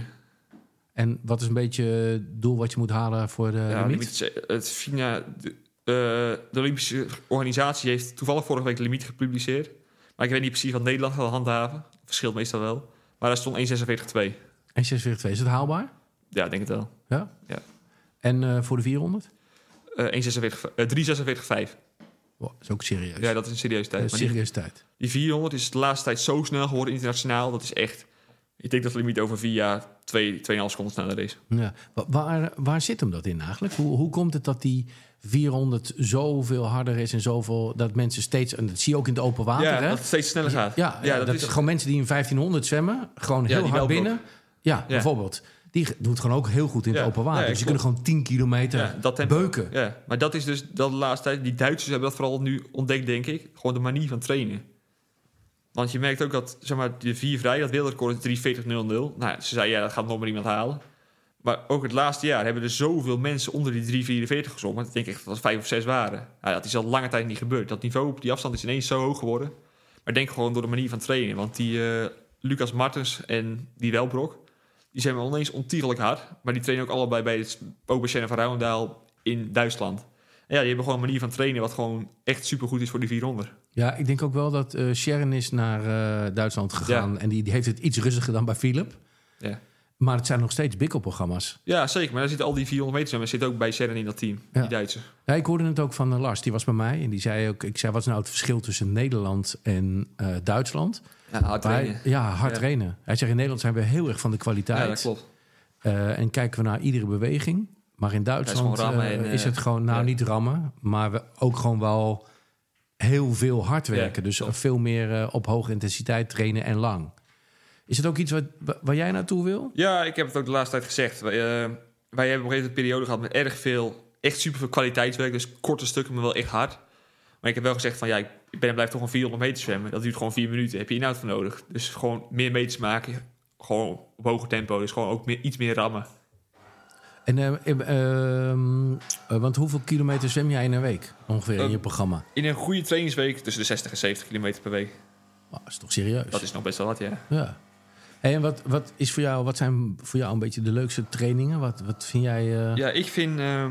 En wat is een beetje het doel wat je moet halen voor de ja, limiet? Het, het FINA, de, uh, de Olympische organisatie heeft toevallig vorige week de limiet gepubliceerd. Maar ik weet niet precies wat Nederland gaat handhaven. Verschilt meestal wel. Maar daar stond één zesenveertig twee. één zesenveertig twee, is het haalbaar? Ja, ik denk het wel. Ja? Ja. En uh, voor de vierhonderd? Uh, één zesenveertig, uh, drie zesenveertig vijf. Wow, dat is ook serieus. Ja, dat is een serieuze tijd. Uh, serieuze tijd. Die, die vierhonderd is de laatste tijd zo snel geworden internationaal. Dat is echt... Ik denk dat de limiet over vier jaar twee, tweeënhalf seconden sneller is. Ja. Waar, waar zit hem dat in eigenlijk? Hoe, hoe komt het dat die vierhonderd zoveel harder is en zoveel... dat mensen steeds... en dat zie je ook in het open water, ja, hè? dat het steeds sneller gaat. Ja, ja, ja dat, dat is gewoon mensen die in vijftienhonderd zwemmen... gewoon heel ja, hard binnen. Ja, ja, bijvoorbeeld. Die doet gewoon ook heel goed in het ja, open water. Ja, dus je kunt gewoon tien kilometer ja, dat tempo, beuken. Ja, maar dat is dus dat de laatste tijd... Die Duitsers hebben dat vooral nu ontdekt, denk ik. Gewoon de manier van trainen. Want je merkt ook dat, zeg maar, de vier vrij, dat wereldrecord is drie veertig nul nul. Nou, ze zei, ja, dat gaat nog maar iemand halen. Maar ook het laatste jaar hebben er zoveel mensen onder die drie vierenveertig gezongen. Ik denk echt dat het vijf of zes waren. Nou, dat is al lange tijd niet gebeurd. Dat niveau op die afstand is ineens zo hoog geworden. Maar ik denk gewoon door de manier van trainen. Want die uh, Lucas Martens en die Welbrok, die zijn wel oneens ontiegelijk hard. Maar die trainen ook allebei bij het ook bij Shannon van Rouwendaal in Duitsland. En ja, die hebben gewoon een manier van trainen wat gewoon echt supergoed is voor die vierhonderd. Ja, ik denk ook wel dat uh, Sharon is naar uh, Duitsland gegaan. Ja. En die, die heeft het iets rustiger dan bij Philip. Ja. Maar het zijn nog steeds bikkelprogramma's. Ja, zeker. Maar daar zitten al die vierhonderd meter zwemmers zitten ook bij Sharon in dat team. Ja. Die Duitsers. Ja, ik hoorde het ook van uh, Lars. Die was bij mij. En die zei ook... Ik zei, wat is nou het verschil tussen Nederland en uh, Duitsland? Ja, hard trainen. Hij, ja, hard ja. trainen. Hij zegt, in Nederland zijn we heel erg van de kwaliteit. Ja, dat klopt. Uh, en kijken we naar iedere beweging. Maar in Duitsland ja, is, uh, en, uh, is het gewoon... Nou, ja. niet rammen. Maar we ook gewoon wel heel veel hard werken. Ja, dus klopt. Veel meer uh, op hoge intensiteit trainen en lang. Is het ook iets wat, waar jij naartoe wil? Ja, ik heb het ook de laatste tijd gezegd. Wij, uh, wij hebben op een periode gehad met erg veel, echt super veel kwaliteitswerk. Dus korte stukken, maar wel echt hard. Maar ik heb wel gezegd van ja, ik ben en blijf toch een vierhonderd meter zwemmen. Dat duurt gewoon vier minuten. Daar heb je inhoud voor nodig. Dus gewoon meer meters maken. Gewoon op hoger tempo. Dus gewoon ook meer, iets meer rammen. En uh, uh, uh, uh, want hoeveel kilometer zwem jij in een week ongeveer uh, in je programma? In een goede trainingsweek tussen de zestig en zeventig kilometer per week. Oh, dat is toch serieus? Dat is nog best wel wat, ja. Ja. Hey, en wat, wat, is voor jou, wat zijn voor jou een beetje de leukste trainingen? Wat, wat vind jij... Uh... Ja, ik vind... Uh,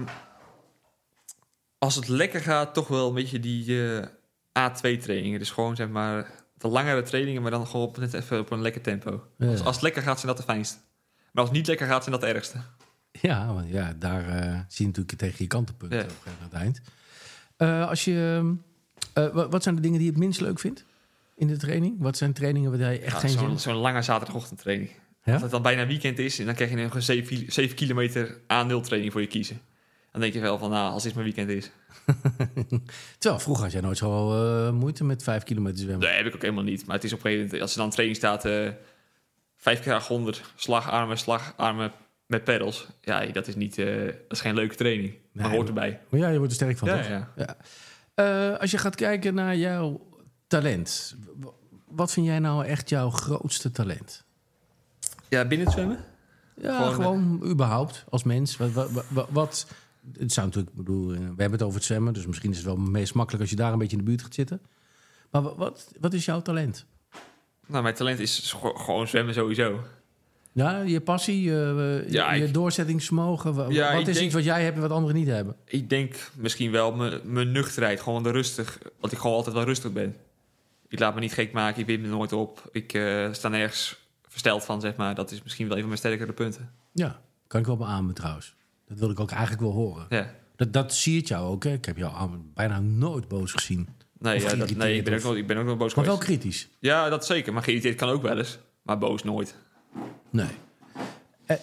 als het lekker gaat, toch wel een beetje die uh, A twee trainingen. Dus gewoon zeg maar de langere trainingen, maar dan gewoon op, net even op een lekker tempo. Ja. Als, als het lekker gaat, zijn dat de fijnste. Maar als het niet lekker gaat, zijn dat de ergste. Ja, want ja, daar uh, zie je natuurlijk tegen je kantenpunten ja. op het eind. Uh, als je, uh, wat, wat zijn de dingen die je het minst leuk vindt in de training? Wat zijn trainingen waar je echt ja, geen zo'n, zin in? Zo'n lange zaterdagochtendtraining. Ja? Als het dan bijna weekend is en dan krijg je een zeven, zeven kilometer A nul training voor je kiezen. Dan denk je wel van, nou, als dit mijn weekend is. Terwijl, vroeger had jij nooit zo uh, moeite met vijf kilometer zwemmen. Nee, heb ik ook helemaal niet. Maar het is op een gegeven moment, als er dan training staat, uh, vijf keer honderd, slagarmen, slagarmen met pedals. Ja, dat is niet, uh, dat is geen leuke training. Nee, maar hoort erbij. Maar ja, je wordt er sterk van, ja, toch? Ja. Ja. Uh, als je gaat kijken naar jouw talent, wat vind jij nou echt jouw grootste talent? Ja, binnen het zwemmen? Ja, gewoon, gewoon uh, überhaupt als mens. Wat, wat, wat, wat het zou natuurlijk, bedoel, we hebben het over het zwemmen, dus misschien is het wel meest makkelijk als je daar een beetje in de buurt gaat zitten. Maar wat, wat, wat is jouw talent? Nou, mijn talent is gewoon zwemmen sowieso. Ja, je passie, je, ja, je ik, doorzettingsvermogen. Wat, ja, wat is denk, iets wat jij hebt en wat anderen niet hebben? Ik denk misschien wel mijn, mijn nuchterheid, gewoon de rustig. Want ik gewoon altijd wel rustig ben. Ik laat me niet gek maken, ik wip me nooit op. Ik uh, sta nergens versteld van, zeg maar. Dat is misschien wel een van mijn sterkere punten. Ja, kan ik wel beamen trouwens. Dat wil ik ook eigenlijk wel horen. Ja. Dat, dat zie het jou ook, hè? Ik heb jou bijna nooit boos gezien. Nee, ja, dat, nee ik, ben ook nooit, ik ben ook nooit boos maar geweest. Maar wel kritisch. Ja, dat zeker. Maar geïrriteerd kan ook wel eens. Maar boos nooit. Nee. Eh.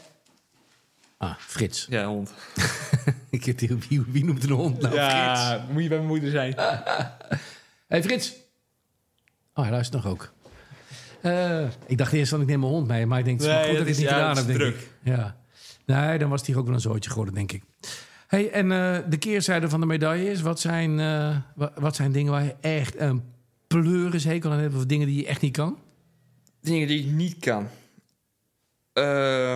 Ah, Frits. Ja, hond. Ik heb die, wie, wie noemt een hond nou ja, Frits? Ja, moet je bij mijn moeder zijn. Hey Frits. Oh, hij luistert nog ook. Uh, ik dacht eerst dat ik neem mijn hond mee, maar ik denk het is nee, goed dat ik het niet ja, gedaan heb, denk druk. ik. Ja. Nee, dan was het hier ook wel een zootje geworden, denk ik. Hey, en uh, de keerzijde van de medaille is, wat zijn, uh, wat, wat zijn dingen waar je echt een pleurishekel aan hebt, of dingen die je echt niet kan? Dingen die ik niet kan. Uh,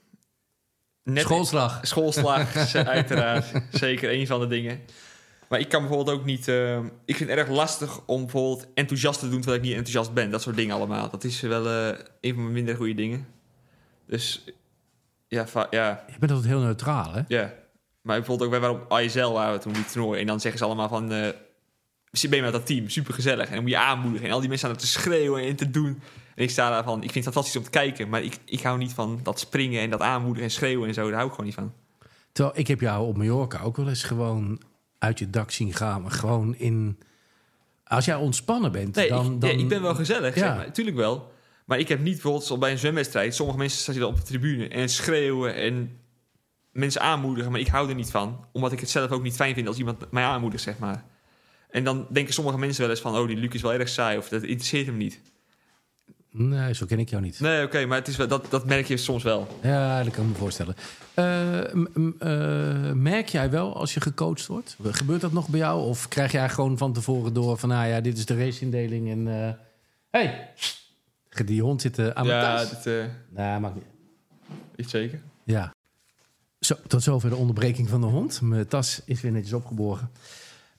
net schoolslag. Schoolslag, uiteraard. Zeker een van de dingen. Maar ik kan bijvoorbeeld ook niet... Uh, ik vind het erg lastig om bijvoorbeeld enthousiast te doen terwijl ik niet enthousiast ben. Dat soort dingen allemaal. Dat is wel uh, een van mijn minder goede dingen. Dus ja, va- ja. Je bent altijd heel neutraal, hè? Ja. Maar bijvoorbeeld ook, wij waren op I S L waren we toen die toernooi. En dan zeggen ze allemaal van... Uh, ben je met dat team, super gezellig. En dan moet je aanmoedigen. En al die mensen aan het te schreeuwen en te doen. En ik sta daar van... Ik vind het fantastisch om te kijken. Maar ik, ik hou niet van dat springen en dat aanmoedigen en schreeuwen en zo. Daar hou ik gewoon niet van. Terwijl ik heb jou op Mallorca ook wel eens gewoon uit je dak zien gaan. Maar gewoon in... Als jij ontspannen bent, nee, dan... Ik, dan... Ja, ik ben wel gezellig, ja. zeg maar. Tuurlijk wel. Maar ik heb niet bijvoorbeeld bij een zwemwedstrijd... Sommige mensen staan hier op de tribune en schreeuwen en mensen aanmoedigen. Maar ik hou er niet van. Omdat ik het zelf ook niet fijn vind als iemand mij aanmoedigt, zeg maar. En dan denken sommige mensen wel eens van... Oh, die Luc is wel erg saai of dat interesseert hem niet. Nee, zo ken ik jou niet. Nee, oké, okay, maar het is wel, dat, dat merk je soms wel. Ja, dat kan ik me voorstellen. Uh, m- m- uh, merk jij wel als je gecoacht wordt? Gebeurt dat nog bij jou? Of krijg jij gewoon van tevoren door van... Nou ja, dit is de raceindeling en... Uh, hey, die hond zit uh, aan mijn ja, tas. Ja, dat... Uh, nou, maakt niet. Iets zeker. Ja. Zo, tot zover de onderbreking van de hond. Mijn tas is weer netjes opgeborgen.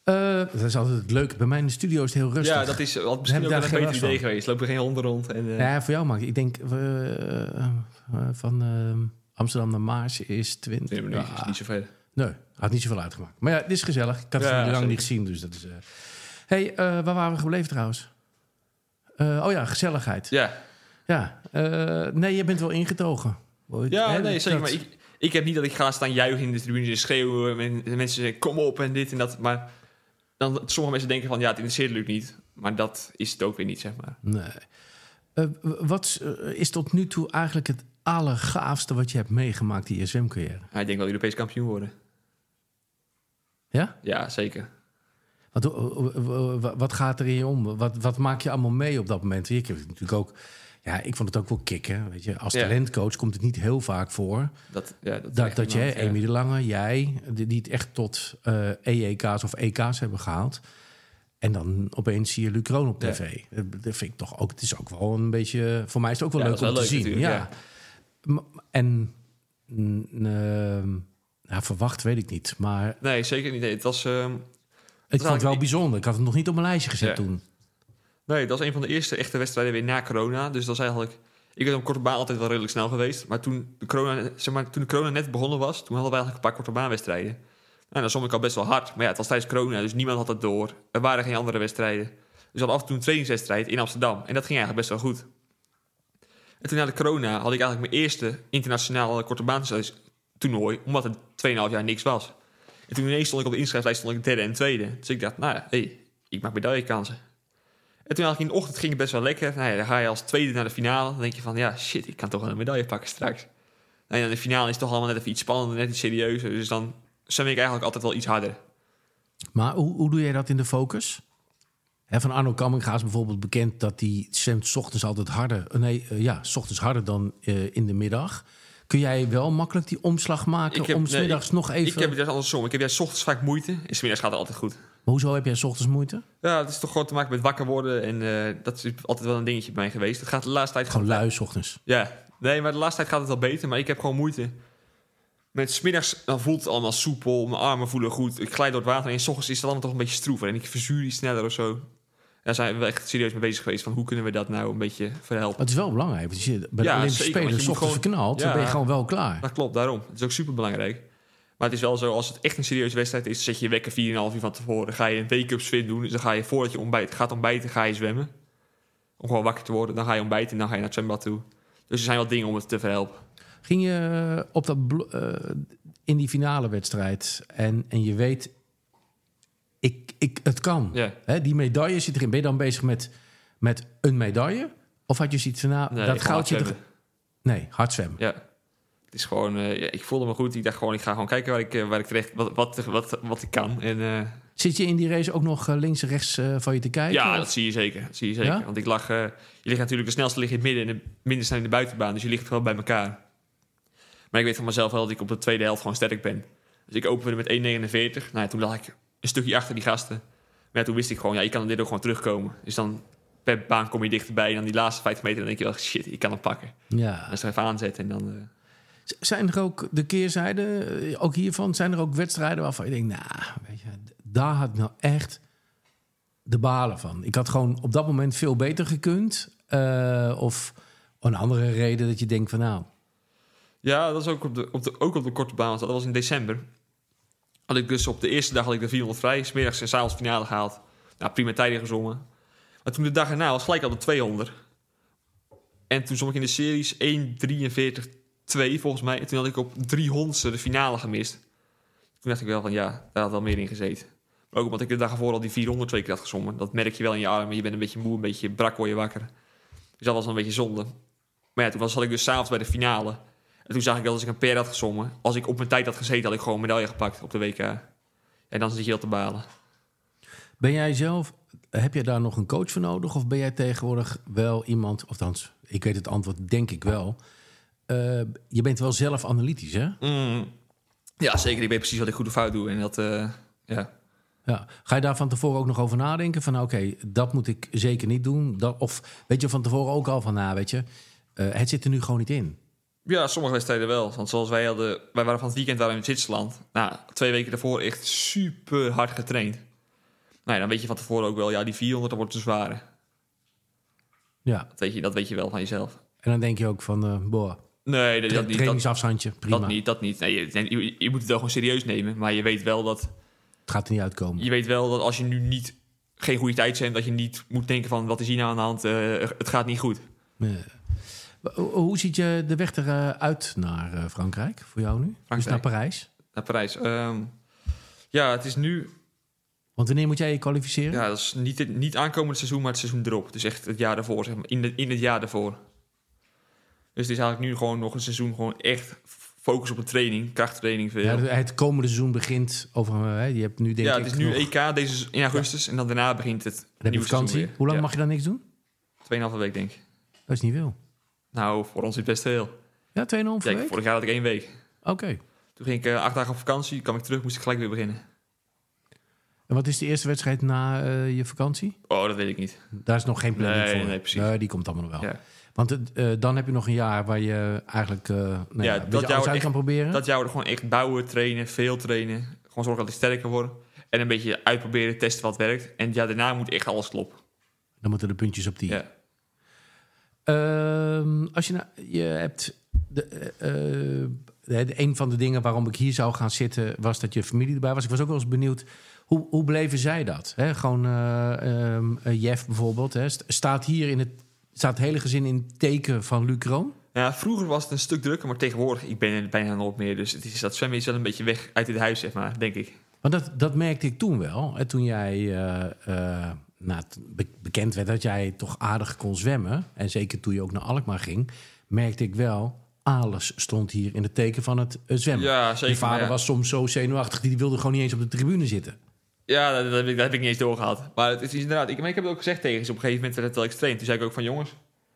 Uh, dat is altijd het leuke. Bij mij in de studio is het heel rustig. Ja, dat is wat misschien ook wel een beter idee geweest. Lopen er geen honden rond. En, uh... Ja, voor jou mag ik. Ik denk uh, uh, van uh, Amsterdam naar Maars is twintig. twintig minuten, ja. is niet zoveel. Nee, had niet zoveel uitgemaakt. Maar ja, dit is gezellig. Ik had het ja, lang niet gezien, dus dat is... Uh... hey, uh, waar waren we gebleven trouwens? Uh, oh ja, gezelligheid. Ja. Ja. Uh, nee, je bent wel ingetogen. Ja, He, nee, zeker. dat... Maar ik, ik heb niet dat ik ga staan juichen in de tribune en schreeuwen. En de mensen zeggen, kom op en dit en dat. Maar dan sommige mensen denken van, ja, het interesseert Luc niet. Maar dat is het ook weer niet, zeg maar. Nee. Uh, wat uh, is tot nu toe eigenlijk het allergaafste wat je hebt meegemaakt in je zwemcarrière? Ja, ik denk wel Europees kampioen worden. Ja? Ja, zeker. Wat, wat gaat er in je om? Wat, wat maak je allemaal mee op dat moment? Ik heb het natuurlijk ook... Ja, ik vond het ook wel kicken. Weet je, als ja. talentcoach komt het niet heel vaak voor. Dat, ja, dat, dat, dat je, ja. Amy de Lange, jij... die het echt tot uh, E E K's of E K's hebben gehaald. En dan opeens zie je Luc Roon op tv. Ja. Dat vind ik toch ook... Het is ook wel een beetje... Voor mij is het ook wel ja, leuk om te zien. Ja. Ja. En... Uh, ja, verwacht weet ik niet, maar... Nee, zeker niet. Nee, het was... Uh, ik vond het wel ik... bijzonder. Ik had het nog niet op mijn lijstje gezet ja. toen. Nee, dat was een van de eerste echte wedstrijden weer na corona. Dus dat was eigenlijk... Ik ben op korte baan altijd wel redelijk snel geweest. Maar toen de corona, zeg maar, toen de corona net begonnen was... toen hadden we eigenlijk een paar korte baanwedstrijden. Nou, dan zwom ik al best wel hard. Maar ja, het was tijdens corona, dus niemand had het door. Er waren geen andere wedstrijden. Dus we hadden af en toe een trainingswedstrijd in Amsterdam. En dat ging eigenlijk best wel goed. En toen na de corona had ik eigenlijk mijn eerste internationale korte baan toernooi... omdat het twee komma vijf jaar niks was. En toen ineens stond ik op de inschrijflijst stond ik derde en tweede. Dus ik dacht, nou ja, hey, ik maak medaillekansen. En toen eigenlijk in de ochtend ging het best wel lekker. Nou ja, dan ga je als tweede naar de finale. Dan denk je van, ja, shit, ik kan toch wel een medaille pakken straks. Nou ja, de finale is toch allemaal net even iets spannender, net iets serieuzer. Dus dan zwem ik eigenlijk altijd wel iets harder. Maar hoe, hoe doe jij dat in de focus? He, van Arno Kamminga is bijvoorbeeld bekend dat hij zwemt 's ochtends altijd harder. Nee, uh, ja, 's ochtends harder dan uh, in de middag. Kun jij wel makkelijk die omslag maken heb, om 's middags nee, nog even... Ik heb het juist andersom. Ik heb juist 's ochtends vaak moeite. En 's middags gaat het altijd goed. Maar hoezo heb jij 's ochtends moeite? Ja, het is toch gewoon te maken met wakker worden. En uh, dat is altijd wel een dingetje bij mij geweest. Het gaat de laatste tijd... Gewoon lui 's ochtends? Ja. Nee, maar de laatste tijd gaat het wel beter. Maar ik heb gewoon moeite. Met 's middags dan voelt het allemaal soepel. Mijn armen voelen goed. Ik glijd door het water. En 's ochtends is het allemaal toch een beetje stroever. En ik verzuur iets sneller of zo. Daar zijn we echt serieus mee bezig geweest. Van hoe kunnen we dat nou een beetje verhelpen? Het is wel belangrijk. Want je bij de ja, Olympische zeker, Spelen 's ochtends verknald. Ja, dan ben je gewoon wel klaar. Dat klopt, daarom. Het is ook super belangrijk. Maar het is wel zo, als het echt een serieuze wedstrijd is... zet je je wekker vier komma vijf uur van tevoren. Ga je een wake-up swim doen. Dus dan ga je voordat je ontbijt gaat ontbijten, ga je zwemmen. Om gewoon wakker te worden. Dan ga je ontbijten en dan ga je naar het zwembad toe. Dus er zijn wel dingen om het te verhelpen. Ging je op dat uh, in die finale wedstrijd en, en je weet... Ik, ik, het kan. Yeah. Hè, die medaille zit erin. Ben je dan bezig met, met een medaille? Of had je zoiets van, nou, nee, dat goudje... Er... Nee, hard zwemmen. Ja. Het is gewoon... Uh, ja, ik voelde me goed. Ik dacht gewoon, ik ga gewoon kijken waar ik, uh, waar ik terecht... Wat, wat, wat, wat ik kan. En, uh... Zit je in die race ook nog uh, links en rechts uh, van je te kijken? Ja, of? dat zie je zeker. Dat zie je zeker. Ja? Want ik lag... Uh, je ligt natuurlijk... De snelste ligt in het midden en de minste snel in de buitenbaan. Dus je ligt wel bij elkaar. Maar ik weet van mezelf wel dat ik op de tweede helft gewoon sterk ben. Dus ik opende met één komma negenenveertig. Nou ja, toen lag ik een stukje achter die gasten. Maar ja, toen wist ik gewoon, ja, je kan dit ook gewoon terugkomen. Dus dan per baan kom je dichterbij. En dan die laatste vijftig meter, dan denk je wel, shit, ik kan hem pakken. Ja. Dan is er even aanzetten en dan... Uh... Zijn er ook de keerzijden, ook hiervan, zijn er ook wedstrijden waarvan je denkt, nou, weet je, daar had ik nou echt de balen van. Ik had gewoon op dat moment veel beter gekund. Uh, of een andere reden dat je denkt van, nou... Ja, dat is ook op de, op de, ook op de korte baan. Dat was in december. Had ik dus op de eerste dag had ik de vierhonderd vrij. 's middags en 's avonds finale gehaald. Nou, prima tijden gezongen. Maar toen de dag erna was gelijk al de tweehonderd. En toen zong ik in de series één komma drieënveertig twee volgens mij. En toen had ik op driehonderdste de finale gemist. Toen dacht ik wel van ja, daar had wel meer in gezeten. Maar ook omdat ik de dag ervoor al die vierhonderd twee keer had gezongen. Dat merk je wel in je armen. Je bent een beetje moe, een beetje brak word je wakker. Dus dat was wel een beetje zonde. Maar ja, toen was, zat ik dus 's avonds bij de finale. En toen zag ik dat als ik een per had gezongen... als ik op mijn tijd had gezeten, had ik gewoon een medaille gepakt op de W K. En dan zit je heel te balen. Ben jij zelf... Heb jij daar nog een coach voor nodig? Of ben jij tegenwoordig wel iemand... Althans, ik weet het antwoord, denk ik wel. Uh, je bent wel zelf analytisch, hè? Mm, ja, zeker. Ik weet precies wat ik goed of fout doe. En dat, uh, ja... Ja. Ga je daar van tevoren ook nog over nadenken? Van oké, okay, dat moet ik zeker niet doen. Dat, of weet je van tevoren ook al van... nou, weet je, uh, het zit er nu gewoon niet in. Ja, sommige wedstrijden wel. Want zoals wij hadden... Wij waren van het weekend waren in Zwitserland. Nou, twee weken daarvoor echt super hard getraind. Nou ja, dan weet je van tevoren ook wel, ja, die vierhonderd, dat wordt te zwaar. Ja. Dat weet je, dat weet je wel van jezelf. En dan denk je ook van, uh, boah, Nee, dat, tra- dat niet. Dat, trainingsafstandje, prima. dat niet, dat niet. Nee, je, je, je moet het wel gewoon serieus nemen. Maar je weet wel dat... Het gaat er niet uitkomen. Je weet wel dat als je nu niet geen goede tijd hebt, dat je niet moet denken van, wat is hier nou aan de hand? Uh, het gaat niet goed. Nee. Hoe ziet je de weg eruit naar uh, Frankrijk voor jou nu? Frankrijk. Dus naar Parijs? Naar Parijs. Um, ja, het is nu... Want wanneer moet jij je kwalificeren? Ja, dat is niet, het, niet aankomend seizoen, maar het seizoen erop. Dus echt het jaar daarvoor, zeg maar. In, de, in het jaar daarvoor. Dus het is eigenlijk nu gewoon nog een seizoen gewoon echt focus op een training. Krachttraining veel. Ja, het komende seizoen begint over... Uh, je hebt nu denk ja, ik het is nu nog... E K deze, in augustus. Ja. En dan daarna begint het Dan nieuwe heb je vakantie. Hoe lang ja. mag je dan niks doen? Tweeënhalve week, denk ik. Dat is niet veel. Nou, voor ons is het best veel. Ja, tweeënhalve Ja, week? vorig jaar had ik één week. Oké. Okay. Toen ging ik uh, acht dagen op vakantie. Kwam ik terug, moest ik gelijk weer beginnen. En wat is de eerste wedstrijd na uh, je vakantie? Oh, dat weet ik niet. Daar is nog geen planning nee, voor? Nee, precies. Nee, die komt allemaal nog wel. Ja. Want uh, dan heb je nog een jaar waar je eigenlijk uh, nou ja, ja, een beetje dat alles uit echt, kan proberen. Dat jou er gewoon echt bouwen, trainen, veel trainen. Gewoon zorgen dat ik sterker word. En een beetje uitproberen, testen wat werkt. En ja, daarna moet echt alles kloppen. Dan moeten de puntjes op die. Ja. Uh, als je, nou, je hebt... De, uh, uh, een van de dingen waarom ik hier zou gaan zitten... was dat je familie erbij was. Ik was ook wel eens benieuwd... Hoe, hoe beleven zij dat? He, gewoon uh, um, uh, Jeff bijvoorbeeld. He, staat hier in het... Staat het hele gezin in het teken van Luc Kroon? Ja, vroeger was het een stuk drukker, maar tegenwoordig... Ik ben er bijna nooit meer, dus het is, dat zwemmen is wel een beetje weg uit het huis, zeg maar, denk ik. Want dat, dat merkte ik toen wel. Hè, toen jij uh, uh, nou, het be- bekend werd dat jij toch aardig kon zwemmen... en zeker toen je ook naar Alkmaar ging... merkte ik wel... Alles stond hier in het teken van het uh, zwemmen. Ja, zeker. Je vader ja. was soms zo zenuwachtig... die wilde gewoon niet eens op de tribune zitten. Ja, dat, dat, heb ik, dat heb ik niet eens doorgehad. Maar het is inderdaad... Ik, maar ik heb het ook gezegd tegen ze op een gegeven moment... terwijl ik train. Toen zei ik ook van... Jongens...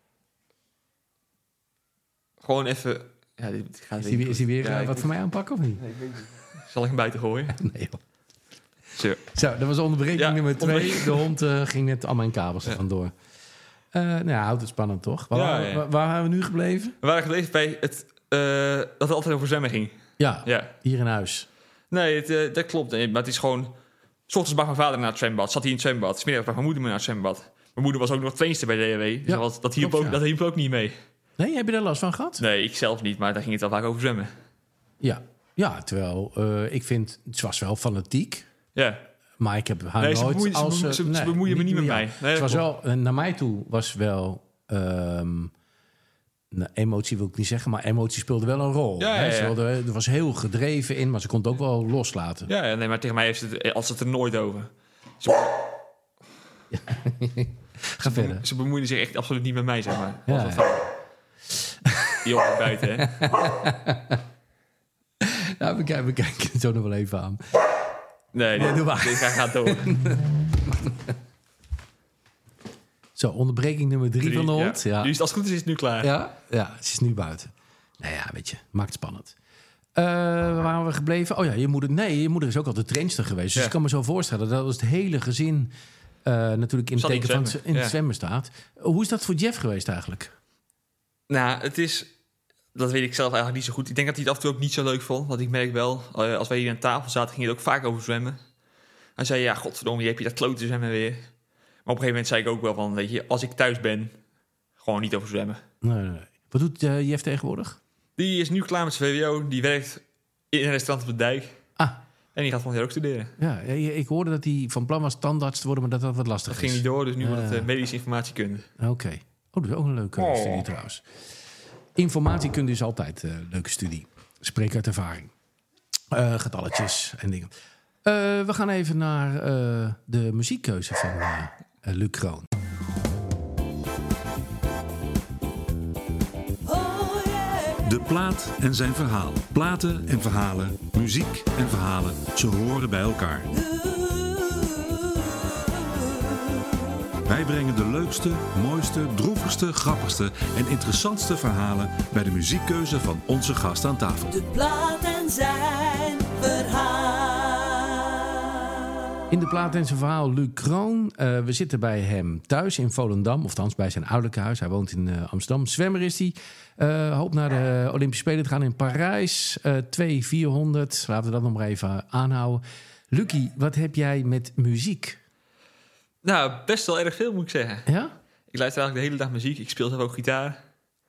Gewoon even... Ja, dit gaat Is die, weer- is die weer ja, uh, ik- wat voor mij aanpakken of niet? Nee, ik weet niet. Zal ik hem buiten gooien? Nee, joh. Zo. Zo, dat was onderbreking Ja, nummer twee. onderbreking. De hond uh, ging net al mijn kabels er Ja. vandoor. Uh, nou ja, houdt het spannend toch? Waar, Ja, waren- ja. waar, waar waren we nu gebleven? We waren gebleven bij het... Uh, dat het altijd over zwemmen ging. Ja, Ja. hier in huis. Nee, het, uh, dat klopt. Nee, maar het is gewoon... 's ochtends bracht mijn vader naar het zwembad. Zat hij in het zwembad. 's middags bracht mijn moeder me naar het zwembad. Mijn moeder was ook nog trainster bij D H W. Dus Ja, dat, was, dat, hielp klopt, ook, ja. dat hielp ook niet mee. Nee, heb je daar last van gehad? Nee, ik zelf niet. Maar daar ging het wel vaak over zwemmen. Ja, ja terwijl uh, ik vind... Het was wel fanatiek. Ja. Maar ik heb haar Nee, ze nooit bemoeien, als... ze, uh, ze, ze nee, bemoeien me niet met jou. mij. Nee, Het was dat klopt. wel, uh, naar mij toe was wel... Um, nou, emotie wil ik niet zeggen, maar emotie speelde wel een rol. Ja, hè? ja, ja. Ze wilde, er was heel gedreven in, maar ze kon het ook wel loslaten. Ja, ja, nee, maar tegen mij heeft het, als het er nooit over. Ze, Ga verder. ze bemoeien zich echt absoluut niet met mij, zeg maar. Ja, Dat was wel die jongen buiten, hè? Nou, we kijken, we kijken het zo nog wel even aan. Nee, Nee, dit, doe maar. dit gaat, gaat door. Zo, onderbreking nummer drie, van de hond. Ja. Ja. Nu is het, als het goed is, is het nu klaar. Ja, ja, ze is nu buiten. Nou ja, weet je, maakt het spannend. Uh, waar waren we gebleven? Oh ja, je moeder, nee, je moeder is ook altijd trainster geweest. Dus Ja. ik kan me zo voorstellen dat als het hele gezin uh, natuurlijk in het Zat in teken van het, zwemmen, in het ja. zwemmen staat. Hoe is dat voor Jeff geweest eigenlijk? Nou, het is... Dat weet ik zelf eigenlijk niet zo goed. Ik denk dat hij het af en toe ook niet zo leuk vond. Want ik merk wel, uh, als wij hier aan tafel zaten, ging het ook vaak over zwemmen. Hij zei, ja, godverdomme, je hebt je dat klote zwemmen weer. Maar op een gegeven moment zei ik ook wel van, weet je, als ik thuis ben, gewoon niet over zwemmen. Nee, nee, nee. Wat doet uh, Jeff tegenwoordig? Die is nu klaar met zijn V W O. Die werkt in een restaurant op de dijk. Ah, En die gaat volgend jaar ook studeren. ja, ik hoorde dat hij van plan was tandarts te worden, maar dat dat wat lastig Dat is. ging niet door, dus nu Ja. wordt het uh, medische informatiekunde. Oké. Okay. Oh, dat is ook een leuke Oh. studie trouwens. Informatiekunde is altijd een uh, leuke studie. Spreek uit ervaring. Uh, getalletjes en dingen. Uh, we gaan even naar uh, de muziekkeuze van uh, uh, Luc Kroon. De plaat en zijn verhaal. Platen en verhalen, muziek en verhalen, ze horen bij elkaar. Wij brengen de leukste, mooiste, droevigste, grappigste en interessantste verhalen bij de muziekkeuze van onze gast aan tafel. De plaat en zijn verhaal. In de plaat en zijn verhaal Luc Kroon. Uh, we zitten bij hem thuis in Volendam, of althans bij zijn ouderlijke huis. Hij woont in uh, Amsterdam. Zwemmer is hij. Uh, hoopt naar de Olympische Spelen te gaan in Parijs. Uh, twee vierhonderd. Laten we dat nog maar even aanhouden. Lucie, wat heb jij met muziek? Nou, best wel erg veel moet ik zeggen. Ja? Ik luister eigenlijk de hele dag muziek. Ik speel zelf ook gitaar.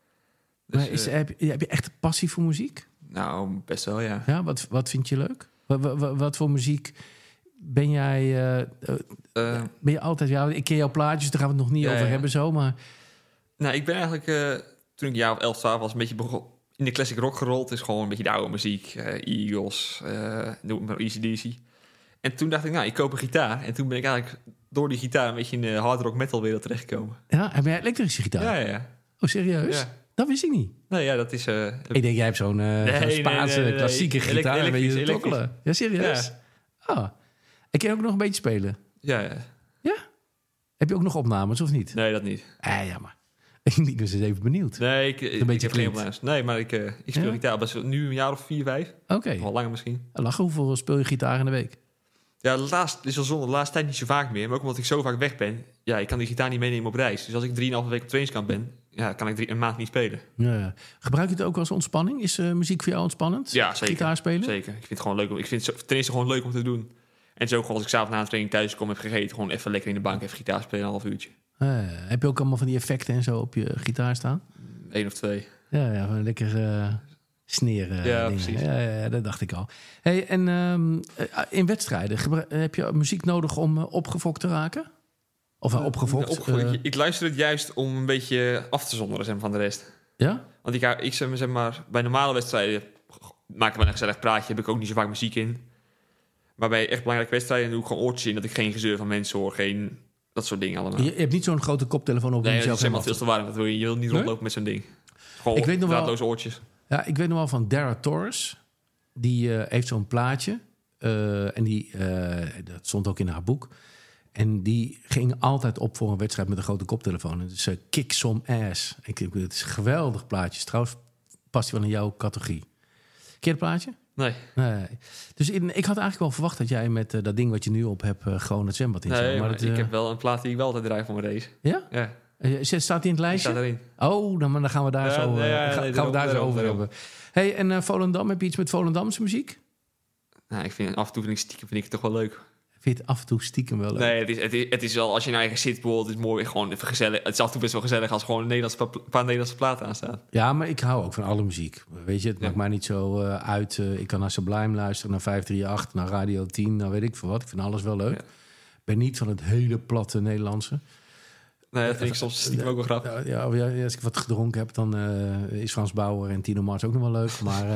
Dus, maar is, uh, heb, je, heb je echt een passie voor muziek? Nou, best wel, ja. Ja, wat, wat vind je leuk? Wat, wat, wat voor muziek ben jij... Uh, uh, ben je altijd... Ja, ik ken jouw plaatjes, daar gaan we het nog niet ja, over ja. hebben zo, maar... Nou, ik ben eigenlijk... Uh, toen ik een jaar of elf, twaalf was, een beetje begon, in de classic rock gerold. Het is gewoon een beetje de oude muziek. Uh, Eagles, uh, noem maar A C D C. En toen dacht ik, nou, ik koop een gitaar. En toen ben ik eigenlijk door die gitaar een beetje in de hard rock metal wereld terechtgekomen. Ja, heb jij elektrische gitaar? Ja, ja, ja. Oh, serieus? Ja. Dat wist ik niet. Nee, ja, dat is... Uh, ik denk, jij hebt zo'n, uh, nee, zo'n Spaanse nee, nee, nee, klassieke nee. gitaar. En ben je Elektrisch, tokkelen. Ja, serieus? Ja. Ah. Ik kan ook nog een beetje spelen. Ja, ja. Ja? Heb je ook nog opnames of niet? Nee, dat niet. Eh, ja, maar... Ik was eens even benieuwd. Nee, ik, een ik beetje heb geen klinkt. opnames. Nee, maar ik, uh, ik speel Ja? gitaar best nu een jaar of vier, vijf. Oké. Okay. Al langer misschien. Lachen, hoeveel speel je gitaar in de week? Ja, de laatste, is al zonde, de laatste tijd niet zo vaak meer. Maar ook omdat ik zo vaak weg ben. Ja, ik kan die gitaar niet meenemen op reis. Dus als ik drieënhalve week op trainingskamp ben, ja, kan ik drie, een maand niet spelen. Ja, ja. Gebruik je het ook als ontspanning? Is uh, muziek voor jou ontspannend? Ja, zeker. Gitaar spelen? Zeker. Ik vind het gewoon leuk. Ik vind het ten eerste gewoon leuk om te doen. En zo gewoon als ik s'avonds na een training thuis kom, heb gegeten, gewoon even lekker in de bank even gitaar spelen, een half uurtje. Uh, heb je ook allemaal van die effecten en zo op je gitaar staan? Eén of twee. Ja, ja, van lekker uh, sneren. Ja, dingen. precies. Ja, ja, dat dacht ik al. Hey, en um, in wedstrijden, gebru- heb je muziek nodig om uh, opgefokt te raken? Of uh, opgefokt? Opgefokt. Uh, Ik, ik luister het juist om een beetje af te zonderen zeg maar, van de rest. ja? Want ik, ik zeg maar, zeg maar, bij normale wedstrijden maak ik wel een gezellig praatje, heb ik ook niet zo vaak muziek in. Maar bij echt belangrijke wedstrijden doe ik gewoon oortjes in, dat ik geen gezeur van mensen hoor, geen dat soort dingen allemaal. Je, je hebt niet zo'n grote koptelefoon op. Nee, dat is zelf helemaal veel te warm. Dat wil je, je wil niet nee? rondlopen met zo'n ding. Gewoon Ik weet nog wel- draadloze oortjes. Ja, ik weet nog wel van Dara Torres. Die uh, heeft zo'n plaatje. Uh, en die, uh, dat stond ook in haar boek. En die ging altijd op voor een wedstrijd met een grote koptelefoon. Dus uh, Kick Some Ass. Ik, het is een geweldig plaatje. Trouwens, past die wel in jouw categorie. Ken je het plaatje? Nee. Nee. Dus in, ik had eigenlijk wel verwacht dat jij met uh, dat ding wat je nu op hebt... Uh, gewoon het zwembad in zou. Nee, maar maar dat, uh, ik heb wel een plaat die ik wel altijd draai voor mijn race. Ja? Ja, Uh, staat die in het die lijstje? staat erin. Oh, dan, dan gaan we daar Ja, zo, uh, nee, ja, ga- nee, gaan we daarom, daar zo daarom, over daarom. hebben. Hey, en uh, Volendam, heb je iets met Volendamse muziek? Nou, ik vind, af en toe vind ik stiekem vind ik het toch wel leuk. Vind je het af en toe stiekem wel leuk? Nee, het is, het is, het is wel, als je nou eigen zit bijvoorbeeld, het is mooi, gewoon even gezellig. Het is af en toe best wel gezellig als gewoon een Nederlandse, pa- paar Nederlandse platen aanstaan. Ja, maar ik hou ook van alle muziek. Weet je, het Ja. maakt mij niet zo uh, uit. Uh, ik kan naar Sublime luisteren, naar vijf drie acht, naar Radio tien, nou weet ik veel wat. Ik vind alles wel leuk. Ja. Ik ben niet van het hele platte Nederlandse. Nee, dat vind ik soms stiekem ook wel grappig. Ja, ja, ja, als ik wat gedronken heb, dan uh, is Frans Bauer en Tino Mars ook nog wel leuk. Maar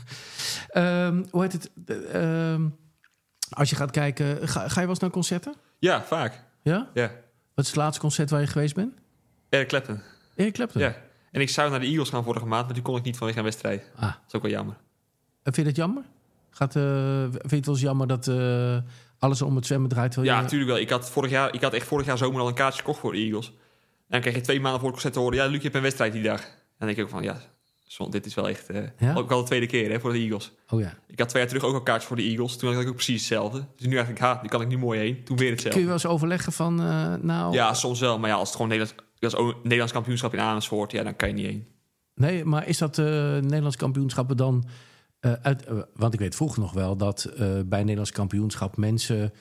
uh, um, hoe heet het? Uh, um, als je gaat kijken, ga, ga je wel eens naar concerten? Ja, vaak. Ja? Ja. Wat is het laatste concert waar je geweest bent? Eric Clapton. Eric Clapton? Ja. En ik zou naar de Eagles gaan vorige maand, maar die kon ik niet vanwege een wedstrijd. Ah. Dat is ook wel jammer. Vind je dat jammer? Gaat, uh, vind je het wel eens jammer dat uh, alles om het zwemmen draait? Ja, je... natuurlijk wel. Ik had, vorig jaar, ik had echt vorig jaar zomer al een kaartje gekocht voor de Eagles. En dan kreeg je twee maanden voor het concert te horen... ja, Luc, je hebt een wedstrijd die dag. En dan denk ik ook van, ja, dit is wel echt... Uh, Ja? ook al de tweede keer hè, voor de Eagles. Oh ja. Ik had twee jaar terug ook al kaartjes voor de Eagles. Toen had ik ook precies hetzelfde. Dus nu eigenlijk, ha, die kan ik nu mooi heen. Toen weer Kun hetzelfde. je wel eens overleggen van, uh, nou... Ja, soms wel. Maar ja, als het gewoon Nederlands, als het Nederlands kampioenschap in Amersfoort... ja, dan kan je niet heen. Nee, maar is dat uh, Nederlands kampioenschappen dan... Uh, uit, uh, want ik weet vroeger nog wel dat uh, bij Nederlands kampioenschap mensen...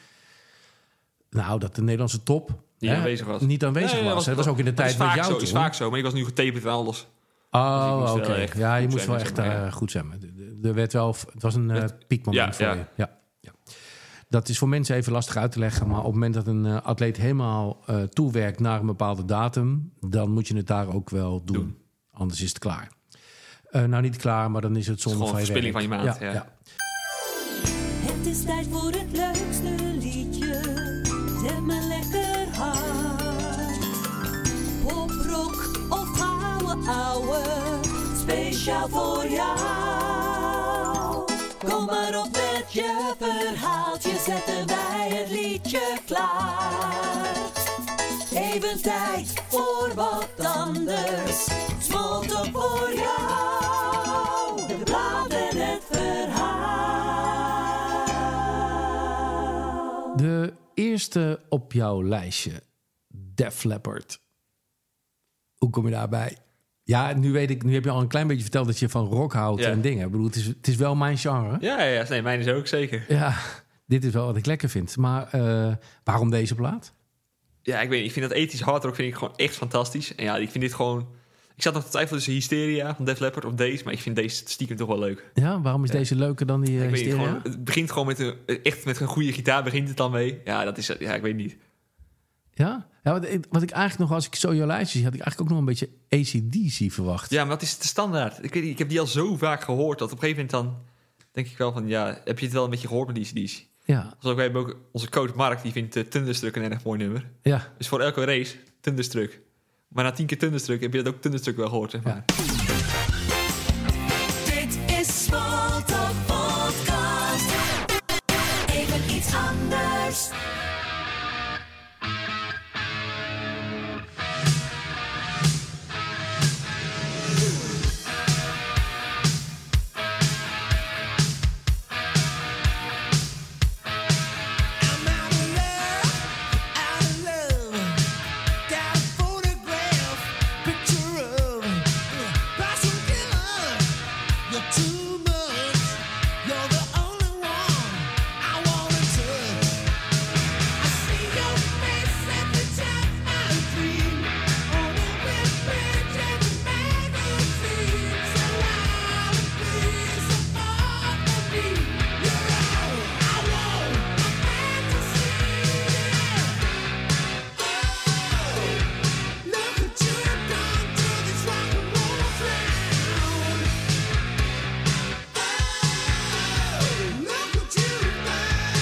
Nou, dat de Nederlandse top... Niet hè, aanwezig was. Niet aanwezig Nee, nee, was. dat Dat was ook in de dat tijd is met vaak jou zo, toen. is vaak zo. Maar ik was nu getaperd en alles. Dus ik Oh, moest oké. wel echt Ja, je goed moest wel zwemmen, echt zeg maar, uh, ja. goed zwemmen. Er- Er werd wel, het was een uh, Het- piekmoment ja, voor ja. je. Ja, ja. Dat is voor mensen even lastig uit te leggen. Maar op het moment dat een uh, atleet helemaal uh, toewerkt naar een bepaalde datum... dan moet je het daar ook wel doen. Doen. Anders is het klaar. Uh, nou, niet klaar, maar dan is het zonde gewoon van je verspilling werk. van je maand, ja. Het is tijd voor het leukste liedje. Zet me lekker hard. Pop, rock of gouden ouwe. Speciaal voor jou. Kom maar op met je verhaaltje. Zetten wij het liedje klaar. Even tijd voor wat anders. Smalltalk voor jou. De plaat en het verhaal. De eerste op jouw lijstje, Def Leppard. Hoe kom je daarbij? Ja, nu weet ik, nu heb je al een klein beetje verteld dat je van rock houdt Ja. en dingen. Ik bedoel, het is, het is wel mijn genre. Ja, ja, ja. Nee, mijn is ook zeker. Ja, dit is wel wat ik lekker vind. Maar uh, waarom deze plaat? Ja, ik weet niet. Ik vind dat ethisch hard rock vind ik gewoon echt fantastisch. En ja, ik vind dit gewoon... Ik zat nog te twijfelen tussen Hysteria van Def Leppard of deze, maar ik vind deze stiekem toch wel leuk. Ja, waarom is Ja. deze leuker dan die uh, ik weet niet, Hysteria? gewoon, het begint gewoon met een, echt met een goede gitaar begint het dan mee. Ja, dat is... Ja, ik weet niet. Ja? Ja, wat, ik, wat ik eigenlijk nog, als ik zo jouw lijstje zie, had ik eigenlijk ook nog een beetje A C D C verwacht. Ja, maar dat is de standaard. Ik weet niet, ik heb die al zo vaak gehoord dat op een gegeven moment dan denk ik wel van, ja, heb je het wel een beetje gehoord met die C D's? Ja, Zoals we hebben ook onze coach Mark, die vindt uh, Thunderstruck een erg mooi nummer. ja. Dus voor elke race, Thunderstruck. Maar na tien keer Thunderstruck heb je dat ook Thunderstruck wel gehoord. Zeg maar. Ja. Dit is Smalltalk Podcast. Even iets anders. I'm out of love, out of love. Got a photograph, picture of passion killer. You're too much. You're the only one I wanna touch. I see your face every time I dream. On every page of the magazine. So loud and please, so far from me. You're all I want, my fantasy. Look what you have done to this rock and roll town. Look what you've done.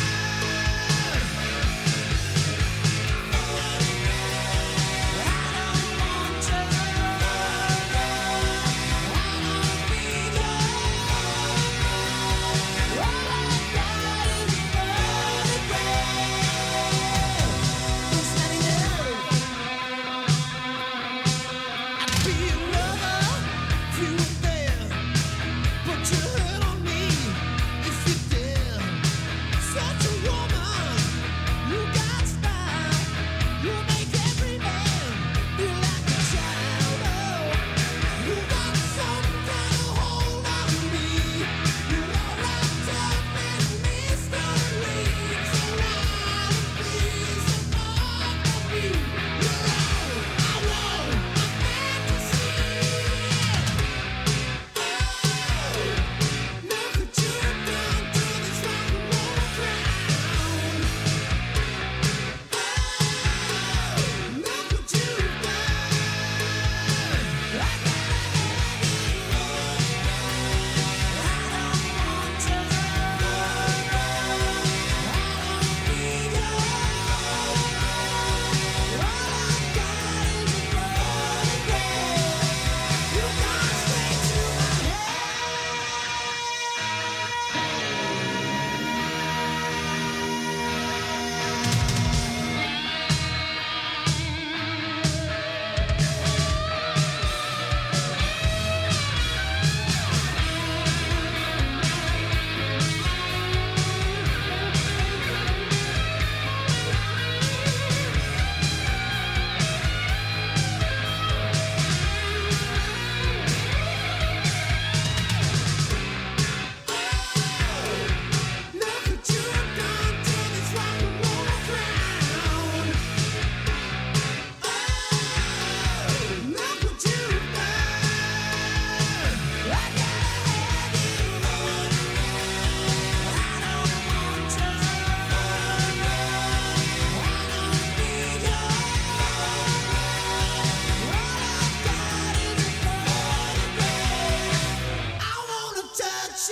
I wanna touch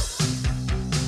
you.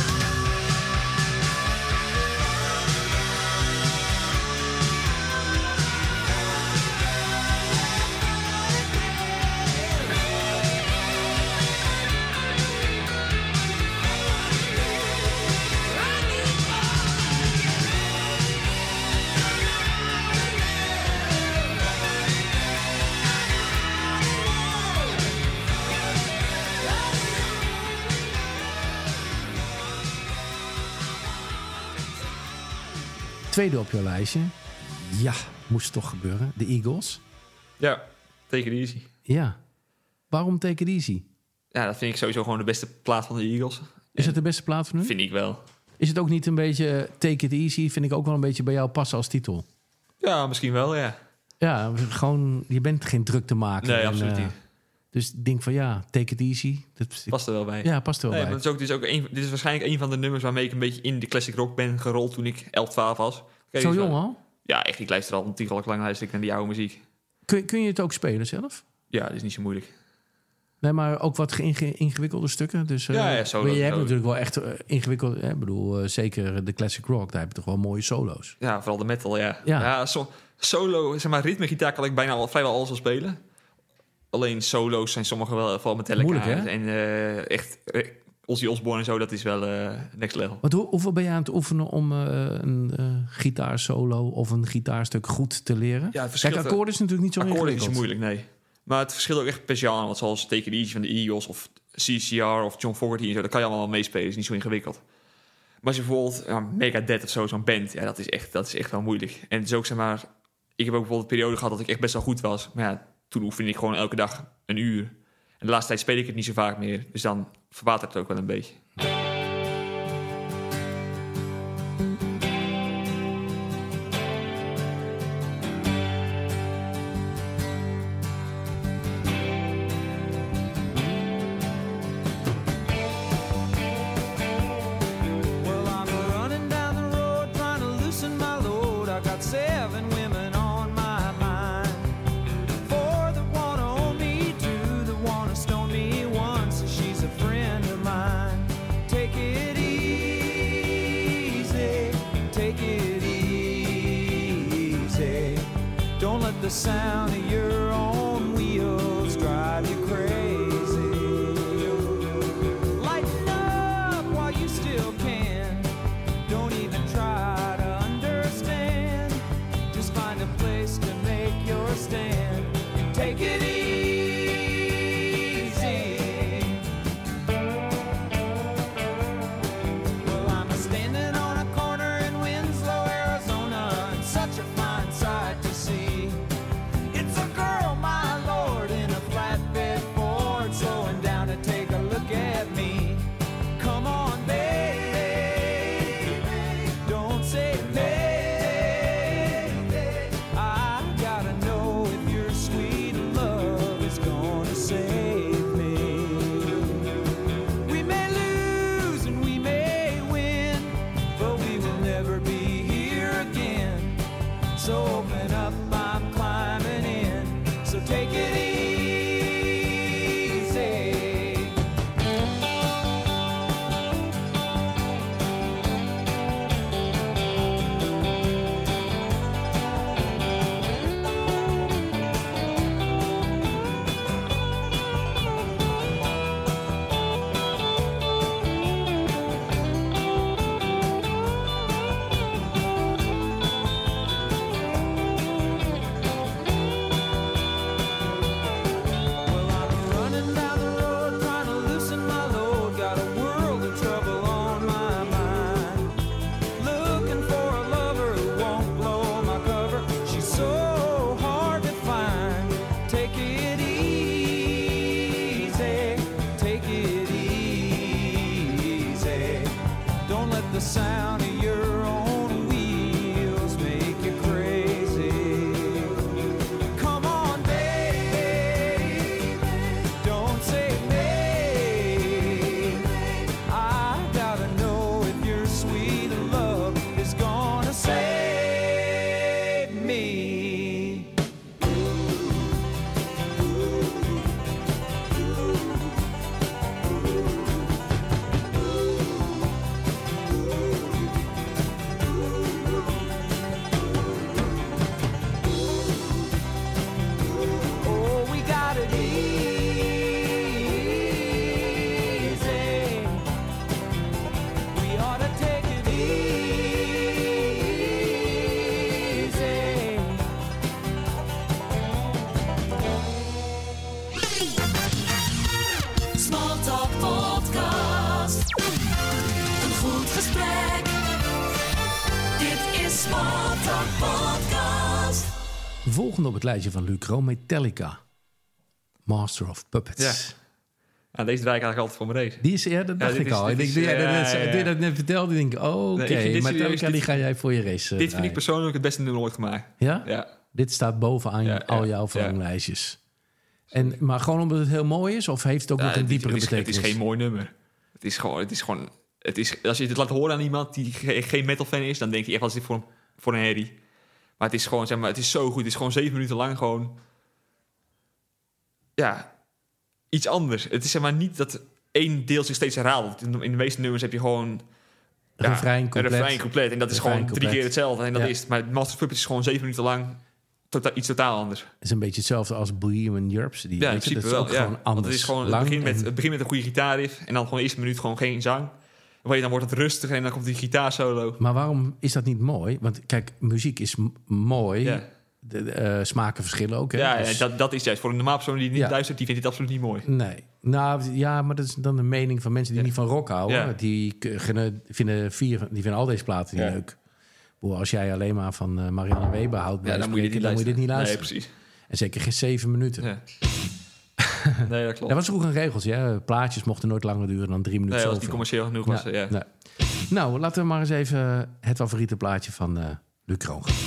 Tweede op jouw lijstje. Ja, moest toch gebeuren. De Eagles. Ja, take it easy. Ja. Waarom Take It Easy? Ja, dat vind ik sowieso gewoon de beste plaat van de Eagles. Is het de beste plaat van hun? Vind ik wel. Is het ook niet een beetje... uh, Take It Easy vind ik ook wel een beetje bij jou passen als titel. Ja, misschien wel, ja. Ja, gewoon, je bent geen druk te maken. Nee, en, absoluut uh, niet. Dus ik denk van ja, take it easy. Dat Past er wel bij. Ja, past er wel nee, bij. maar het is ook, dit, is ook een, dit is waarschijnlijk een van de nummers waarmee ik een beetje in de classic rock ben gerold toen ik elf, twaalf was. Kijk, Zo dus jong wel- al? Ja, echt. Ik luister al ontiegelijk lang luister ik naar die oude muziek. Kun, kun je het ook spelen zelf? Ja, dat is niet zo moeilijk. Nee, maar ook wat inge- ingewikkelde stukken. Dus, uh, Ja, ja, solo's, maar je hebt solo's. natuurlijk wel echt uh, ingewikkeld. Ik bedoel, uh, zeker de classic rock, daar heb je toch wel mooie solo's. Ja, vooral de metal, ja. Ja. Ja, so- solo, zeg maar, ritmegitaar kan ik bijna al, vrijwel alles wel spelen. Alleen solo's zijn sommige wel, vooral Metallica. Moeilijk, hè? En uh, echt, uh, Ozzy Osbourne en zo, dat is wel uh, next level. Want hoe, hoeveel ben je aan het oefenen om uh, een uh, gitaarsolo of een gitaarstuk goed te leren? Ja, het verschilt- Kijk, akkoorden is natuurlijk niet zo Akkoorden is ingewikkeld. niet zo moeilijk, nee. Maar het verschilt ook echt per genre. Want zoals Take It Easy van de Eagles of C C R of John Fogerty en zo, dat kan je allemaal wel meespelen. is niet zo ingewikkeld. Maar als je bijvoorbeeld ja, Megadeth of zo, zo'n band, ja, dat is, echt, dat is echt wel moeilijk. En het is ook, zeg maar, ik heb ook bijvoorbeeld een periode gehad dat ik echt best wel goed was. Maar ja, toen oefende ik gewoon elke dag een uur. En de laatste tijd speel ik het niet zo vaak meer. Dus dan verwatert het ook wel een beetje. Well, I'm running down the road trying to loosen my load. I got seven women on my mind. Four that wanna own me, two that wanna stone me, one so she's a friend of mine. Take it easy, take it easy. Don't let the sound of your own wheels drive you crazy. Lighten up while you still can. Don't even try to understand. Just find a place to make your stand. Take it easy. Well, I'm a standing on a corner in Winslow, Arizona, and such a fine sight to see. It's a girl, my lord, in a flatbed Ford, slowing down to take a look at me. Come on, baby, don't say maybe. I gotta know if your sweet love is gonna save me. We may lose and we may win, but we will never be here again. So open up, I'm climbing in. So take it easy. Well, I'm running down the road trying to loosen my load. Got a world of trouble on my mind. Looking for a lover who won't blow my cover. She's so hard to find. Take it easy. Take it easy. Don't let the sound of your own wheels make you crazy. Come on, baby, don't say maybe. I gotta know if your sweet love is gonna save me. Oh, we got it easy. We ought to take it easy. Small Talk Podcast. Een goed gesprek. Dit is Small Talk Podcast. Volgende op het lijstje van Lucro, Metallica. Master of Puppets. Ja. Ja, deze draai ik eigenlijk altijd voor mijn race. Die is, ja, dat dacht dit ik is- al. dit Ik denk, is, toen jij ja, dat net- ja, ja. toen je dat net vertelde, denk ik, oh, oké. Nee, ik vind dit Maar serieus- die dit- ga jij voor je race uh, Dit vind draaien. ik persoonlijk het beste nummer ooit gemaakt. Ja? Ja. Dit staat bovenaan Ja, al ja, jouw ja. verlanglijstjes. En, maar gewoon omdat het heel mooi is? Of heeft het ook Ja, nog een het, diepere het is, het betekenis? is geen mooi nummer. Het is gewoon... Het is gewoon het is, als je het laat horen aan iemand die ge- geen metal fan is... dan denkt hij echt, wat is dit voor een, voor een herrie? Maar het is gewoon, zeg maar, het is zo goed. Het is gewoon zeven minuten lang gewoon... Ja, iets anders. Het is zeg maar niet dat één deel zich steeds herhaalt. In de, in de meeste nummers heb je gewoon... Ja, Refrein compleet. Een refrein compleet. En dat is Refrein gewoon drie compleet. keer hetzelfde. En dat Ja. is het. Maar Master of Puppets is gewoon zeven minuten lang tota- iets totaal anders. Het is een beetje hetzelfde als Bohemian Rhapsody. Ja, in weet je? principe Dat is wel. ook Ja. gewoon anders. Want het, is gewoon, het, Lang begint met, en- het begint met een goede gitaarriff. En dan gewoon de eerste minuut gewoon geen zang. En dan wordt het rustig en dan komt die gitaarsolo. Maar waarom is dat niet mooi? Want kijk, muziek is m- mooi. Ja, De, de, eh, smaken verschillen ook. Hè? ja, Dus- ja dat, dat is juist. Voor een normaal persoon die niet Ja. luistert, die vindt dit absoluut niet mooi. Nee. Nou, ja, maar dat is dan de mening van mensen die Ja. niet van rock houden. Ja. Die k- gene- vinden, vier, die vinden al deze platen niet Ja. leuk. Boah, als jij alleen maar van uh, Marianne Weber houdt, bij Ja, dan moet je dit spreken, niet dan moet je dit niet luisteren. Nee, precies. En zeker geen zeven minuten. Ja. Nee, dat klopt. Dat was vroeger een regeltje. Hè? Plaatjes mochten nooit langer duren dan drie minuten. Nee, als zoveel. die commercieel genoeg was. Ja, Ja. nee. Nou, laten we maar eens even het favoriete plaatje van uh, Luc Kroon gaan.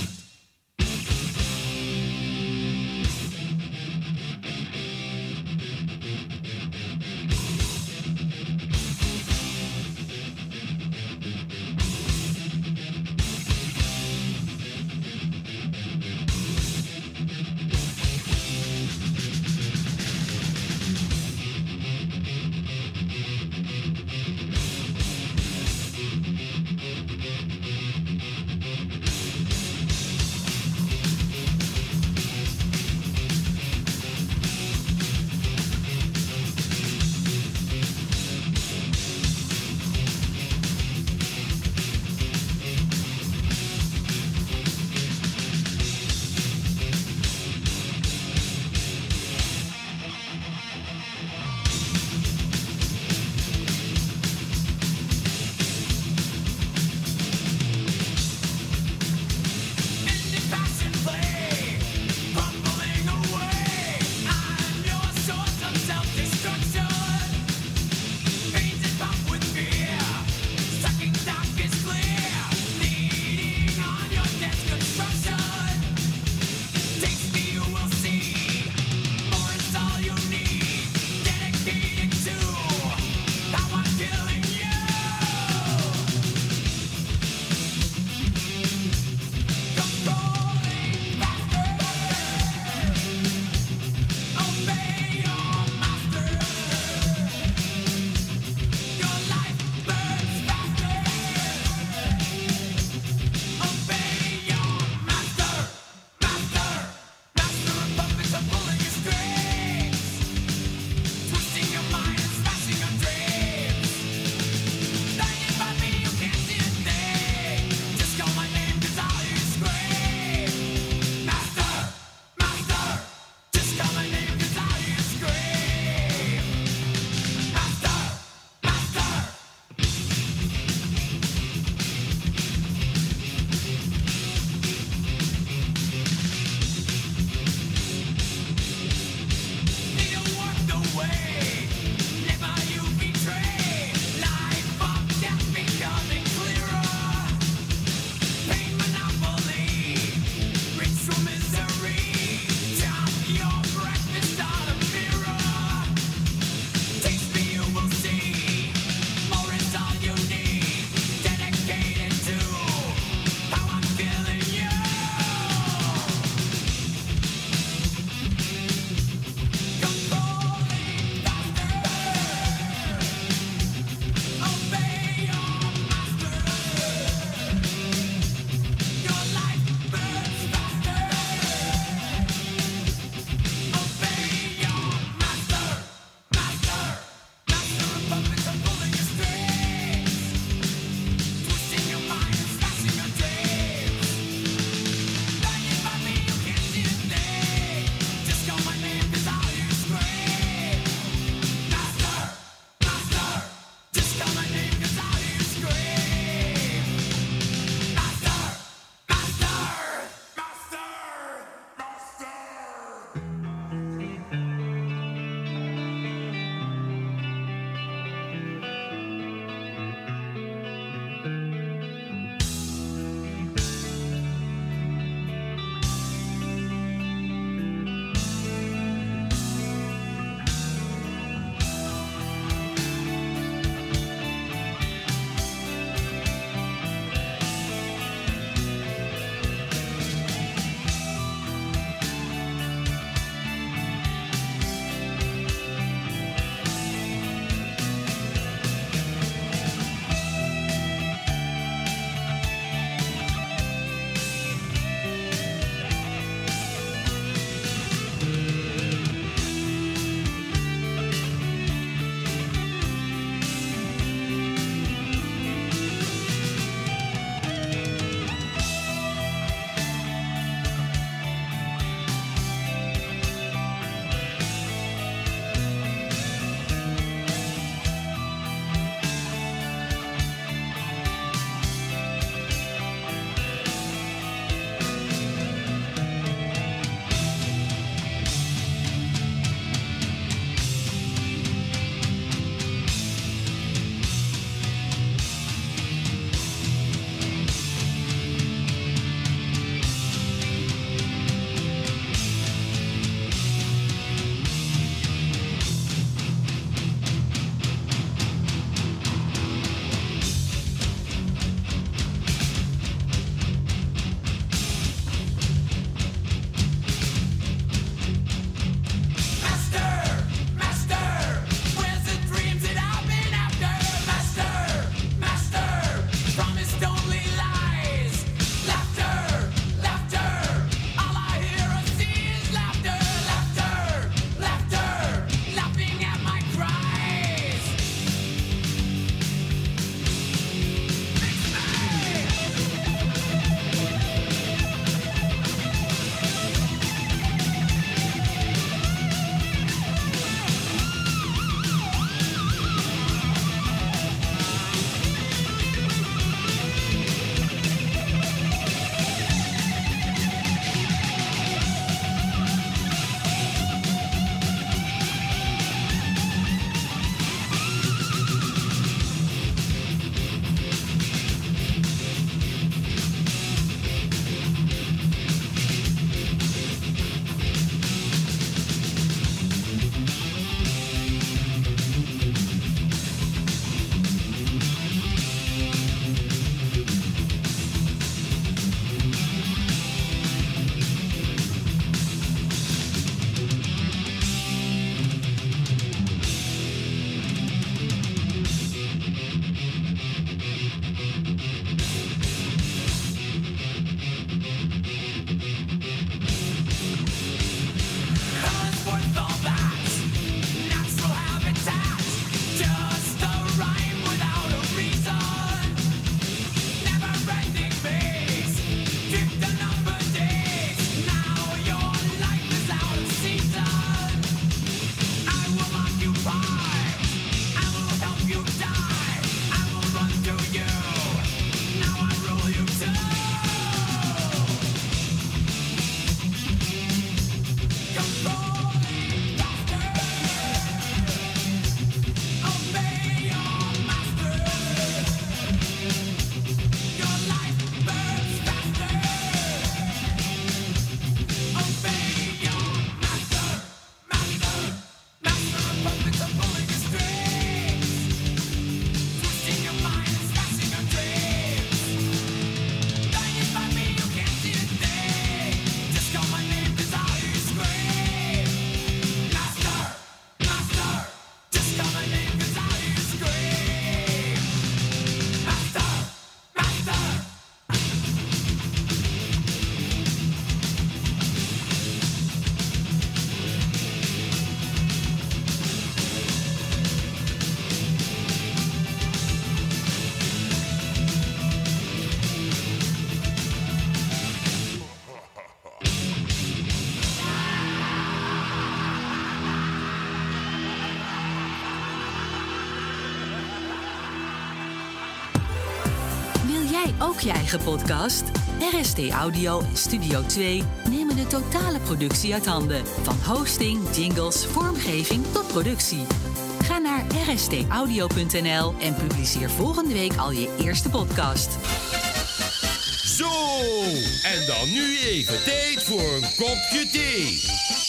ook je eigen podcast? R S T Audio en Studio twee nemen de totale productie uit handen. Van hosting, jingles, vormgeving tot productie. Ga naar r s t audio punt n l en publiceer volgende week al je eerste podcast. Zo, en dan nu even tijd voor een kopje thee.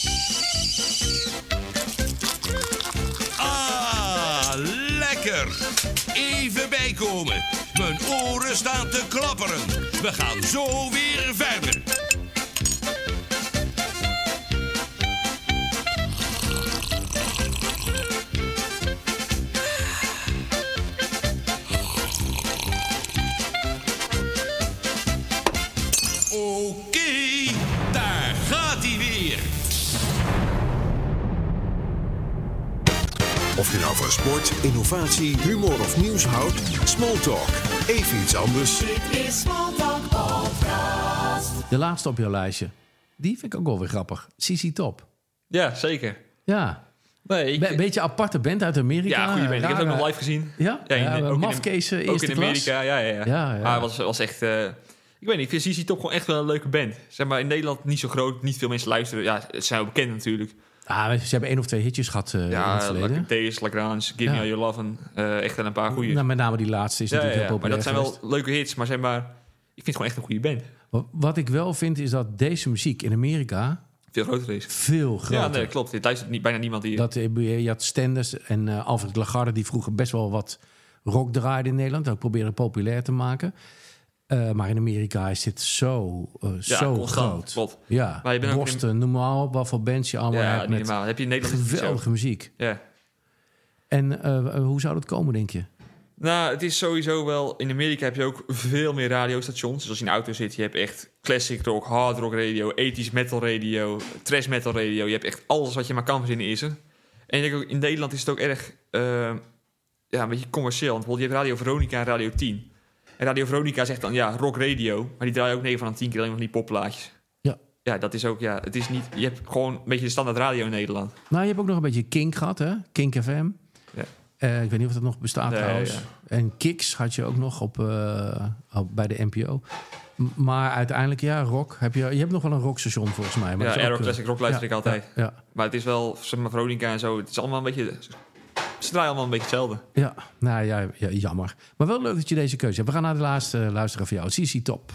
Ah, lekker. Even bijkomen. Mijn oren staan te klapperen. We gaan zo weer verder. Oké, daar gaat hij weer. Of je nou van sport, innovatie, humor of nieuws houdt, Smalltalk. Even iets anders. Dit is Smalltalk Podcast. De laatste op jouw lijstje. Die vind ik ook wel weer grappig. C C Top. Ja, zeker. Ja. Nee, ik, Be- beetje aparte band uit Amerika. ja, goede band. Ik heb het ook Rare- nog live gezien. Ja? Ja, in- Ja, ook in- Mafkees, eh, Ook eerste in klas. Amerika, ja, ja, ja. Ja, ja. Maar het was, was echt... Uh, ik weet niet, ik vind C C Top gewoon echt wel een leuke band. Zeg maar, in Nederland niet zo groot, niet veel mensen luisteren. Ja, het zijn wel bekend natuurlijk. Ah, ze hebben één of twee hitjes gehad uh, in het Ja, verleden. like Days, Lagrange, Give Ja. Me All Your Love. Uh, echt wel een paar goede. Nou, met name die laatste is ja, ja, natuurlijk ja, heel maar populair dat zijn geweest. wel leuke hits. Maar zeg maar, ik vind het gewoon echt een goede band. Wa- Wat ik wel vind is dat deze muziek in Amerika Veel groter is. veel groter. Ja, nee, klopt. Dit luistert niet, bijna niemand hier. Dat, eh, je had Stenders en uh, Alfred Lagarde die vroeger best wel wat rock draaiden in Nederland. Ook proberen populair te maken. Uh, maar in Amerika is dit zo, uh, Ja, zo constant, groot. klopt. Ja, Maar je bent ook Boston, noem maar op, wat voor bands je allemaal ja, hebt niet met normaal. Heb je in Nederland niet zo. geweldige muziek. Ja. En uh, hoe zou dat komen, denk je? Nou, het is sowieso wel... In Amerika heb je ook veel meer radiostations. Dus als je in de auto zit, je hebt echt classic rock, hard rock radio, ethisch metal radio, trash metal radio. Je hebt echt alles wat je maar kan verzinnen is er. En ik denk ook, in Nederland is het ook erg uh, ja, een beetje commercieel. Want bijvoorbeeld je hebt Radio Veronica en Radio tien. En Radio Veronica zegt dan, ja, rock radio. Maar die draaien ook negen van de tien keer alleen maar van die popplaatjes. Ja. Ja, dat is ook, ja, het is niet... Je hebt gewoon een beetje de standaard radio in Nederland. Nou, je hebt ook nog een beetje Kink gehad, hè? Kink F M. Ja. Uh, ik weet niet of dat nog bestaat Nee, trouwens. ja. En Kicks had je ook nog op, uh, op, bij de N P O. M- maar uiteindelijk, ja, rock. Heb je, je hebt nog wel een rockstation volgens mij. Maar Ja, dat is Aero ook, uh, Classic Rock luister ja, ik altijd. Ja, ja, Maar het is wel, zeg maar, Veronica en zo, het is allemaal een beetje... Ze draaien allemaal een beetje hetzelfde. ja. Nou ja, ja, jammer. Maar wel leuk dat je deze keuze hebt. We gaan naar de laatste uh, luisteren van jou. C C Top.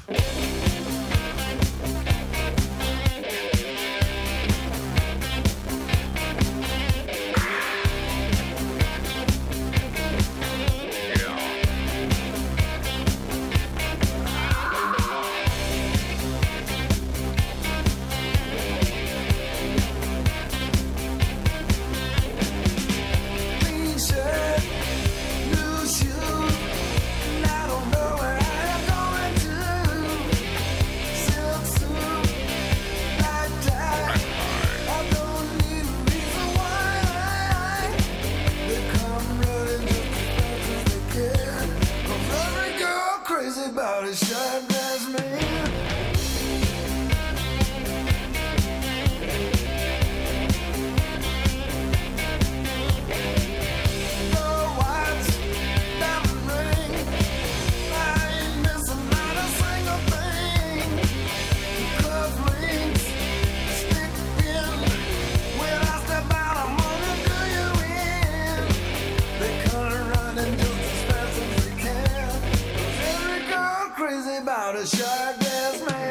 Clean shirt, new shoes, and I don't know where I'm going to. Silk suit, black tie. I don't need a reason why they come running just as fast as they can. 'Cause every girl crazy about a short dress man. No watch, diamond ring. I ain't missing not a single thing. Cufflinks, stick in. When I step out, I'm gonna do you in. They come running just as fast as they can. 'Cause every girl crazy about a short dress man.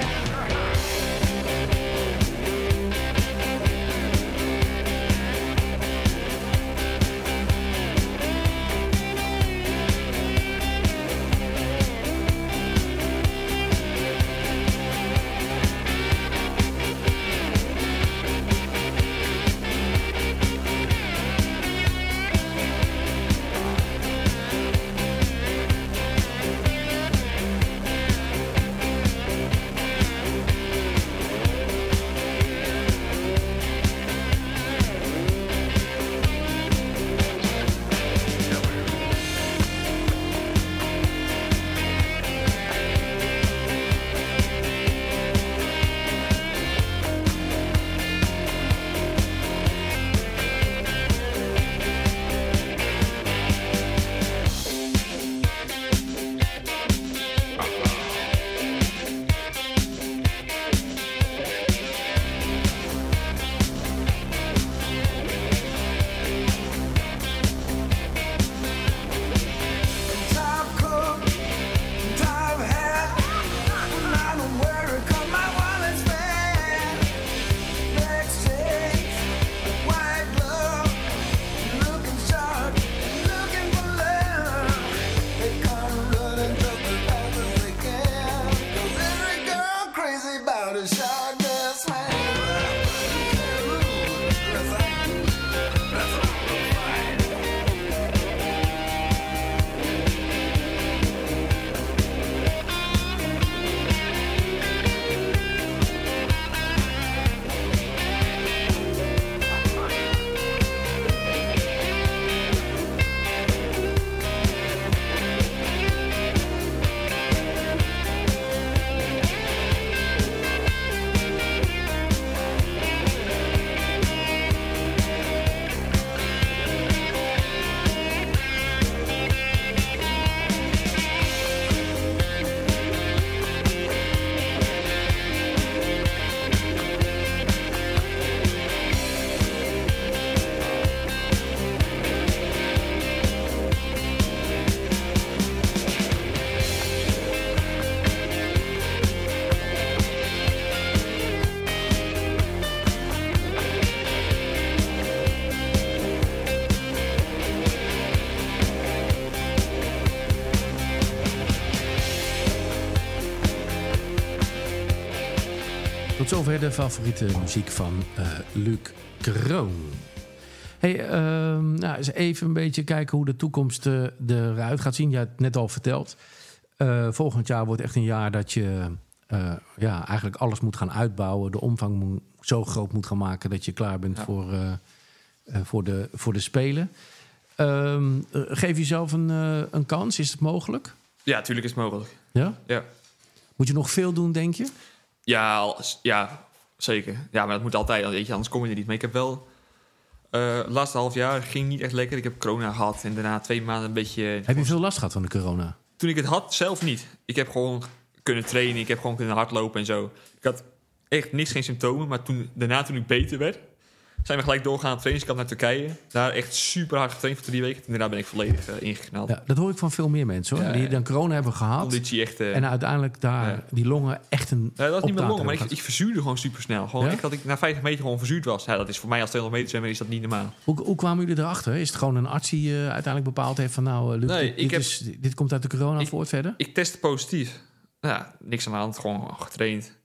Tot zover de favoriete muziek van uh, Luc Kroon. Hey, uh, nou, eens even een beetje kijken hoe de toekomst uh, eruit gaat zien. Je hebt het net al verteld. Uh, volgend jaar wordt echt een jaar dat je uh, ja, eigenlijk alles moet gaan uitbouwen. De omvang moet, zo groot moet gaan maken dat je klaar bent ja. voor, uh, uh, voor, de, voor de Spelen. Uh, geef jezelf een, uh, een kans. Is het mogelijk? Ja, natuurlijk is het mogelijk. Ja? Ja. Moet je nog veel doen, denk je? Ja, ja, zeker. Ja, maar dat moet altijd, weet je, anders kom je er niet. Maar ik heb wel... Uh, het laatste half jaar ging niet echt lekker. Ik heb corona gehad en daarna twee maanden een beetje... Heb je veel last gehad van de corona? Toen ik het had, zelf niet. Ik heb gewoon kunnen trainen, ik heb gewoon kunnen hardlopen en zo. Ik had echt niks, geen symptomen. Maar toen, daarna, toen ik beter werd... zijn we gelijk doorgaan op trainingskamp naar Turkije. Daar echt super hard getraind voor drie weken. En daarna ben ik volledig uh, ingeknald. Ja, dat hoor ik van veel meer mensen, hoor. Ja, die dan corona hebben gehad. Conditie echt... Uh, en uiteindelijk daar ja. die longen echt een ja, dat was niet meer longen, maar ik, gehad. ik verzuurde gewoon super snel. Gewoon Ja? echt dat ik na vijftig meter gewoon verzuurd was. Ja, dat is voor mij als tweehonderd meter zwemmer is dat niet normaal. Hoe, hoe kwamen jullie erachter? Is het gewoon een arts die uh, uiteindelijk bepaald heeft van... nou, uh, Luc, Nee, dit, ik dit, heb- is, dit komt uit de corona Ik- voort verder? Ik testte positief. Ja, niks aan de hand, gewoon getraind.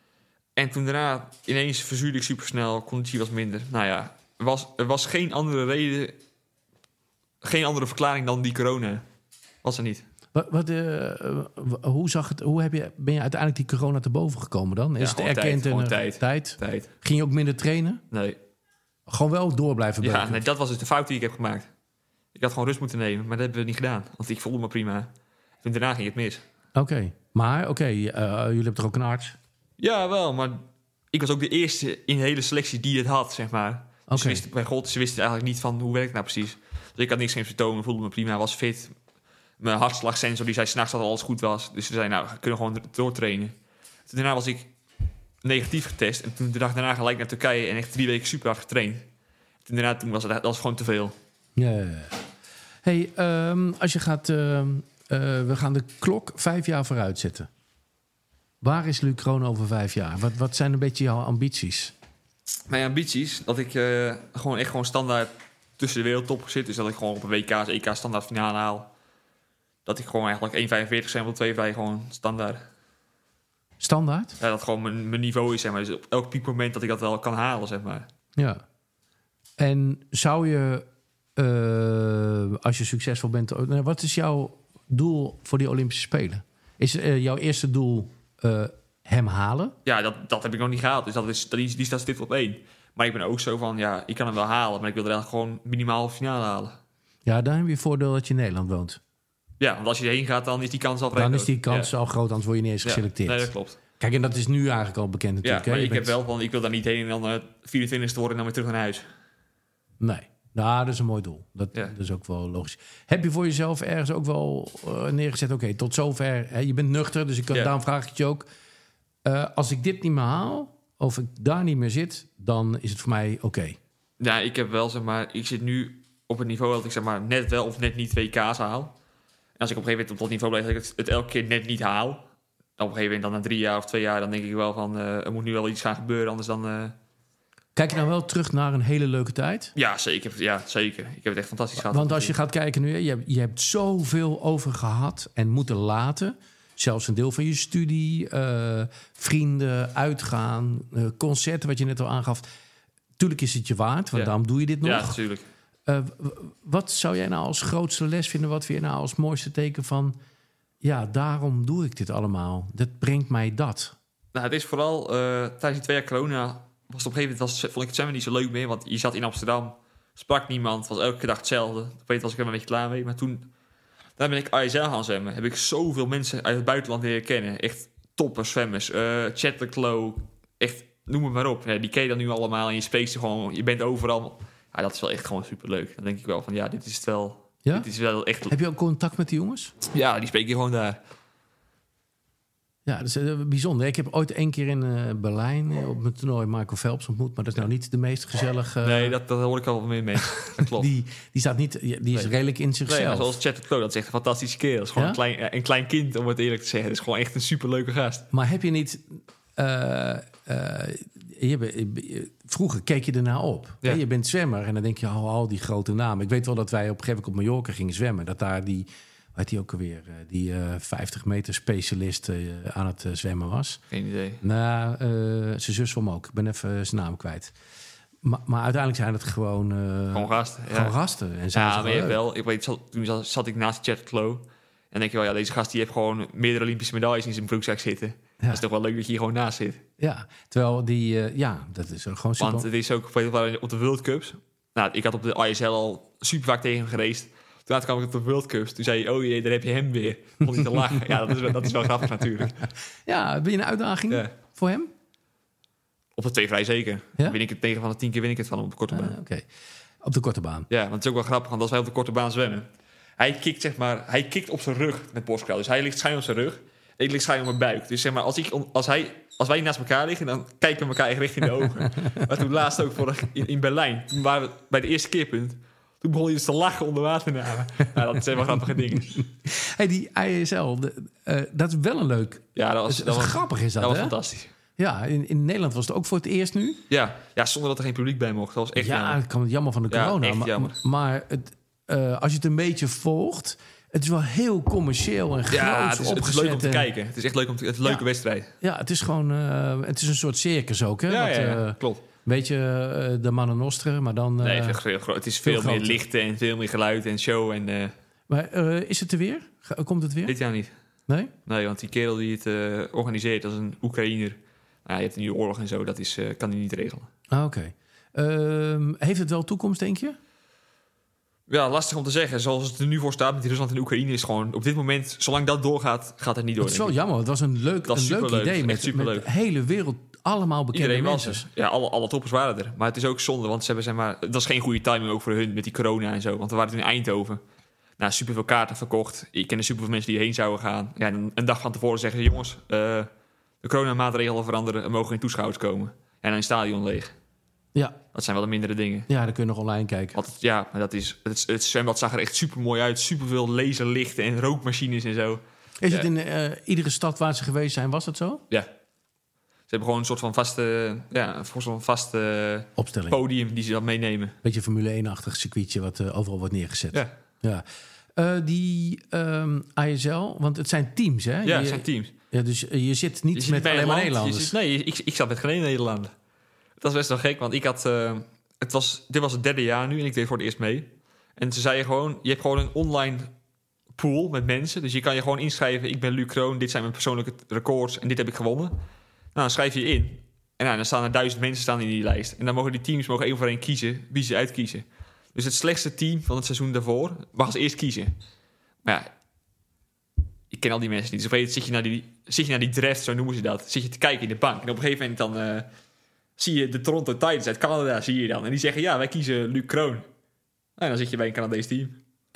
En toen daarna ineens verzuurde ik super snel, conditie was minder. Nou ja, er was, er was geen andere reden, geen andere verklaring dan die corona. Was er niet. Wat, wat, uh, w- hoe, zag het, hoe heb je, ben je uiteindelijk die corona te boven gekomen dan? Is Ja, het gewoon erkend tijd, en gewoon er- tijd. tijd? Tijd. Ging je ook minder trainen? Nee. Gewoon wel door blijven Ja, beuken? nee, dat was dus de fout die ik heb gemaakt. Ik had gewoon rust moeten nemen, maar dat hebben we niet gedaan. Want ik voelde me prima. Toen daarna ging het mis. Oké, maar oké, okay, uh, jullie hebben toch ook een arts? Ja, wel, maar ik was ook de eerste in de hele selectie die het had, zeg maar. Dus Oké. ze wisten, bij God, ze wisten eigenlijk niet van hoe werkt het nou precies. Dus ik had niks, geen symptomen, voelde me prima, was fit. Mijn hartslagsensor die zei s'nachts dat alles goed was. Dus ze zei, nou, we kunnen gewoon doortrainen. Toen daarna was ik negatief getest. En toen de dag daarna gelijk naar Turkije en echt drie weken super hard getraind. Toen daarna toen was het dat was gewoon te veel. Ja, ja, ja. Hey, um, als je gaat... Uh, uh, we gaan de klok vijf jaar vooruit zetten. Waar is Luc Kroon over vijf jaar? Wat, wat zijn een beetje jouw ambities? Mijn ambities, dat ik uh, gewoon echt gewoon standaard tussen de wereldtop zit. Dus dat ik gewoon op een W K's, E K standaard finale haal. Dat ik gewoon eigenlijk één komma vijfenveertig zijn op twee vrij gewoon standaard. Standaard? Ja, dat gewoon mijn, mijn niveau is, zeg maar. Dus op elk piekmoment dat ik dat wel kan halen, zeg maar. Ja. En zou je, uh, als je succesvol bent... uh, wat is jouw doel voor die Olympische Spelen? Is uh, jouw eerste doel uh, hem halen? Ja, dat, dat heb ik nog niet gehaald. Dus dat is, die, die staat stipt op één. Maar ik ben ook zo van, ja, ik kan hem wel halen. Maar ik wil er eigenlijk gewoon minimaal finale halen. Ja, dan heb je het voordeel dat je in Nederland woont. Ja, want als je erheen gaat, dan is die kans al vrij Dan is groot. die kans Ja. al groot, anders word je niet eens Ja. geselecteerd. Nee, dat klopt. Kijk, en dat is nu eigenlijk al bekend Ja, natuurlijk. maar hè? Je ik heb bent- wel van, ik wil daar niet heen en dan uh, vierentwintigste worden en dan weer terug naar huis. Nee. Nou, dat is een mooi doel. Dat, Ja. dat is ook wel logisch. Heb je voor jezelf ergens ook wel uh, neergezet... oké, tot zover, hè, je bent nuchter, dus ik kan, Ja. daarom vraag ik het je ook... Uh, als ik dit niet meer haal, of ik daar niet meer zit... dan is het voor mij oké. Ja, ik heb wel, zeg maar, ik zit nu op het niveau dat ik zeg maar net wel of net niet twee K's haal. En als ik op een gegeven moment op dat niveau blijf, dat ik het, het elke keer net niet haal. Dan op een gegeven moment, dan na drie jaar of twee jaar, dan denk ik wel van, uh, er moet nu wel iets gaan gebeuren, anders dan... Uh... Kijk je nou wel terug naar een hele leuke tijd? Ja, zeker. Ja, zeker. Ik heb het echt fantastisch gehad. Want als je gaat kijken nu, hè, je, hebt- je hebt zoveel over gehad en moeten laten. Zelfs een deel van je studie, uh, vrienden, uitgaan, uh, concerten, wat je net al aangaf. Tuurlijk is het je waard, want Ja. daarom doe je dit nog. Ja, natuurlijk. Uh, w- wat zou jij nou als grootste les vinden? Wat vind je nou als mooiste teken van... ja, daarom doe ik dit allemaal. Dat brengt mij dat. Nou, het is vooral uh, tijdens die twee jaar corona... was het op een gegeven moment was, vond ik het zwemmen niet zo leuk meer. Want je zat in Amsterdam, sprak niemand, was elke dag hetzelfde. Op een gegeven moment was ik er een beetje klaar mee. Maar toen daar ben ik I S L gaan zwemmen. Heb ik zoveel mensen uit het buitenland leren kennen. Echt toppers zwemmers. Uh, Chad de Clo, echt noem het maar op. Ja, die ken je dan nu allemaal en je spreekt ze gewoon. Je bent overal. Ja, dat is wel echt gewoon superleuk. Dan denk ik wel van ja, dit is het wel. Ja? Dit is wel echt... Heb je ook contact met die jongens? Ja, die spreek je gewoon daar. Ja, dat is uh, bijzonder. Ik heb ooit één keer in uh, Berlijn uh, op mijn toernooi Michael Phelps ontmoet. Maar dat is nou niet de meest gezellige... Nee, dat, dat hoor ik al wel meer mee. Dat klopt. Die, die staat niet... Die is Nee. redelijk in Nee, zichzelf. maar zoals Chad de Clo, dat is echt een fantastische kerel. Dat is gewoon Ja? een, klein, ja, een klein kind, om het eerlijk te zeggen. Het is gewoon echt een superleuke gast. Maar heb je niet... Uh, uh, je, be- vroeger keek je ernaar op. Ja. Hè, je bent zwemmer en dan denk je... Oh, al die grote namen. Ik weet wel dat wij op een gegeven moment op Mallorca gingen zwemmen. Dat daar die... heet die ook alweer? Uh, die uh, vijftig meter specialist uh, aan het uh, zwemmen was. Geen idee. Nou, uh, zijn zus van hem ook. Ik ben even zijn naam kwijt. Maar, maar uiteindelijk zijn het gewoon... Uh, gewoon gasten. Gewoon ja. gasten. En zijn ja, ze maar je gewoon hebt leuk. wel... Ik weet, zat, toen zat, zat ik naast Chad Klo. En dan denk je wel, ja, deze gast die heeft gewoon meerdere Olympische medailles in zijn broekzak zitten. Ja. Dat is toch wel leuk dat je hier gewoon naast zit. Ja, terwijl die... Uh, ja, dat is gewoon super. Want het is ook op de World Cups. Nou, ik had op de I S L al super vaak tegen hem geraced. Toen kwam ik op de World Cups. Toen zei hij, oh jee, daar heb je hem weer. Vond hij te lachen. Ja, dat is, dat is wel grappig natuurlijk. Ja, ben je een uitdaging ja. voor hem? Op de twee vrij zeker. Ja? Win ik het tegen van de tien keer win ik het van hem op de korte baan. Uh, Oké, okay. Op de korte baan. Ja, want het is ook wel grappig. Want als wij op de korte baan zwemmen... Hij kikt, zeg maar, hij kikt op zijn rug met borstkraal. Dus hij ligt schuin op zijn rug. Ik lig schuin op mijn buik. Dus zeg maar, als, ik, als, hij, als wij naast elkaar liggen... dan kijken we elkaar echt recht in de ogen. Maar toen laatst ook vorig, in, in Berlijn... toen waren we bij de eerste keerpunt... toen begon hij dus te lachen onder water namen. Nou, dat zijn wel grappige dingen. Hey, die I S L, de, uh, dat is wel een leuk... Ja, dat was, dat dat was grappig is dat, Dat hè? was fantastisch. Ja, in, in Nederland was het ook voor het eerst nu. Ja, ja, zonder dat er geen publiek bij mocht. Dat was echt ja, jammer. het kwam jammer van de corona. Ja, echt jammer. Maar, maar het, uh, als je het een beetje volgt... Het is wel heel commercieel en groot ja, het is, het is leuk om te en, kijken. Het is echt leuk om te, het is een leuke ja, wedstrijd. Ja, het is gewoon... Uh, het is een soort circus ook, hè? Ja, Wat, ja, ja uh, klopt. Weet je, uh, de Mannen Nostra, maar dan... Uh, nee, het is, veel, het is veel, veel meer lichten en veel meer geluid en show. En, uh, maar uh, is het er weer? Komt het weer? Dit jaar niet. Nee? Nee, want die kerel die het uh, organiseert, dat is een Oekraïner. Nou, je hebt een nieuwe oorlog en zo, dat is, uh, kan hij niet regelen. Ah, oké. Okay. Uh, heeft het wel toekomst, denk je? Ja, lastig om te zeggen. Zoals het er nu voor staat met Rusland en Oekraïne... is gewoon op dit moment, zolang dat doorgaat, gaat het niet door. Het is wel jammer. Het was een leuk, een leuk idee met, met de hele wereld allemaal bekende Iedereen mensen. Was er. Ja, alle, alle toppers waren er. Maar het is ook zonde, want ze hebben zeg maar... Dat is geen goede timing ook voor hun met die corona en zo. Want we waren toen in Eindhoven. Nou, superveel kaarten verkocht. Ik kende superveel mensen die heen zouden gaan. Ja, en een dag van tevoren zeggen ze... jongens, uh, de coronamaatregelen veranderen... er mogen geen toeschouwers komen. En dan een stadion leeg. Ja. Dat zijn wel de mindere dingen. Ja, dan kun je nog online kijken. Want het, ja, maar dat is, het, het zwembad zag er echt super mooi uit. Superveel laserlichten en rookmachines en zo. Is ja. het in uh, iedere stad waar ze geweest zijn, was dat zo? Ja. Ze hebben gewoon een soort van vaste, ja, een soort van vaste opstelling, podium die ze dan meenemen. Beetje Formule één-achtig circuitje wat uh, overal wordt neergezet. Ja. ja. Uh, die um, I S L, want het zijn teams, hè? Ja, het je, zijn teams. Ja, dus uh, je zit niet je zit met alleen maar Nederlanders. Zit, nee, ik, ik zat met geen Nederlander. Dat was best wel gek, want ik had... Uh, het was, dit was het derde jaar nu en ik deed voor het eerst mee. En ze zeiden gewoon... Je hebt gewoon een online pool met mensen. Dus je kan je gewoon inschrijven. Ik ben Luc Kroon, dit zijn mijn persoonlijke records en dit heb ik gewonnen. Nou, dan schrijf je in. En nou, dan staan er duizend mensen staan in die lijst. En dan mogen die teams mogen één voor één kiezen wie ze uitkiezen. Dus het slechtste team van het seizoen daarvoor mag als eerst kiezen. Maar ja, ik ken al die mensen niet. Dus op een gegeven moment zit je naar die, zit je naar die draft, zo noemen ze dat. Zit je te kijken in de bank. En op een gegeven moment dan... Uh, zie je de Toronto Titans uit Canada, zie je dan. En die zeggen, ja, wij kiezen Luc Kroon. Nou, en dan zit je bij een Canadees team.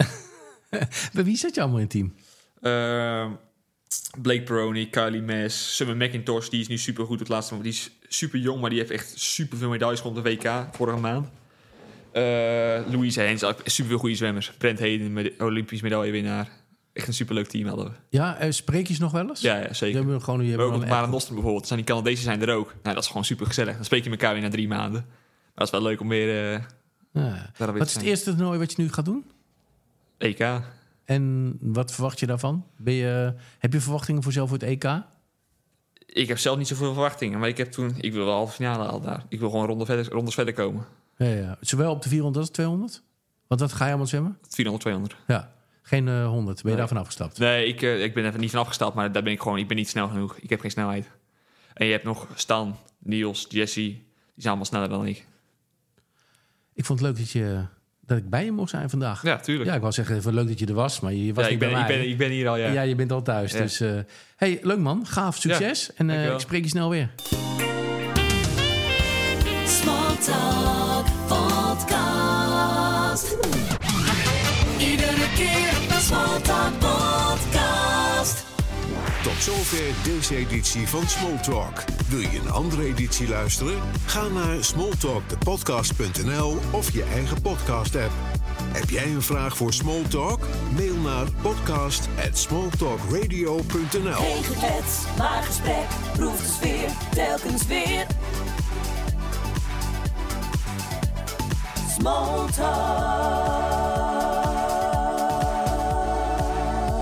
Bij wie zit je allemaal in het team? Uh, Blake Peroni, Kylie Mass, Summer McIntosh, die is nu super goed het laatste moment. Die is super jong, maar die heeft echt super veel medailles gewonnen op de W K vorige maand. Uh, Louise Hens, super veel goede zwemmers. Brent Hayden, med- Olympisch medaillewinnaar. Echt een superleuk team hadden we. Ja, uh, spreek je ze nog wel eens? Ja, ja zeker. Je hebt gewoon, je hebt ook op Mare Nostrum bijvoorbeeld. Zijn die Canadezen zijn er ook. Nou, dat is gewoon super gezellig. Dan spreek je elkaar weer na drie maanden. Maar dat is wel leuk om weer... Uh, ja. Wat is het eerste toernooi wat je nu gaat doen? E K. En wat verwacht je daarvan? Ben je, heb je verwachtingen voor zelf voor het E K? Ik heb zelf niet zoveel verwachtingen. Maar ik heb toen... Ik wil wel halve finale al daar. Ik wil gewoon ronde verder, rondes verder komen. Ja, ja. Zowel op de vierhonderd als tweehonderd? Want wat ga je allemaal zwemmen? vierhonderd, tweehonderd. Ja. Geen uh, honderd. Ben je nee. daarvan afgestapt? Nee, ik, uh, ik ben even niet van afgestapt. Maar daar ben ik gewoon... Ik ben niet snel genoeg. Ik heb geen snelheid. En je hebt nog Stan, Niels, Jesse. Die zijn allemaal sneller dan ik. Ik vond het leuk dat je... dat ik bij je mocht zijn vandaag. Ja, tuurlijk. Ja, ik wou zeggen, even leuk dat je er was, maar je was ja, niet ik ben, bij mij. Ik ben, ik ben hier al, ja. Ja, je bent al thuis. Ja. Dus, uh, hey, leuk man. Gaaf, succes. Ja, en uh, ik spreek je snel weer. Small Talk Podcast. Iedere keer Small Talk Podcast. Tot zover deze editie van Small Talk. Wil je een andere editie luisteren? Ga naar smalltalkdepodcast punt n l of je eigen podcast-app. Heb jij een vraag voor Small Talk? Mail naar podcast at smalltalkradio punt n l. Geen geklets, maar gesprek, proef de sfeer, telkens weer. Small Talk.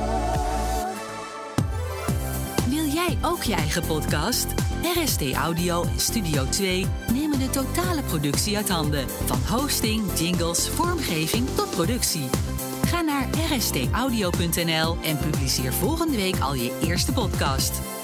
jij ook je eigen podcast? R S T Audio en Studio twee nemen de totale productie uit handen. Van hosting, jingles, vormgeving tot productie. Ga naar r s t audio punt n l en publiceer volgende week al je eerste podcast.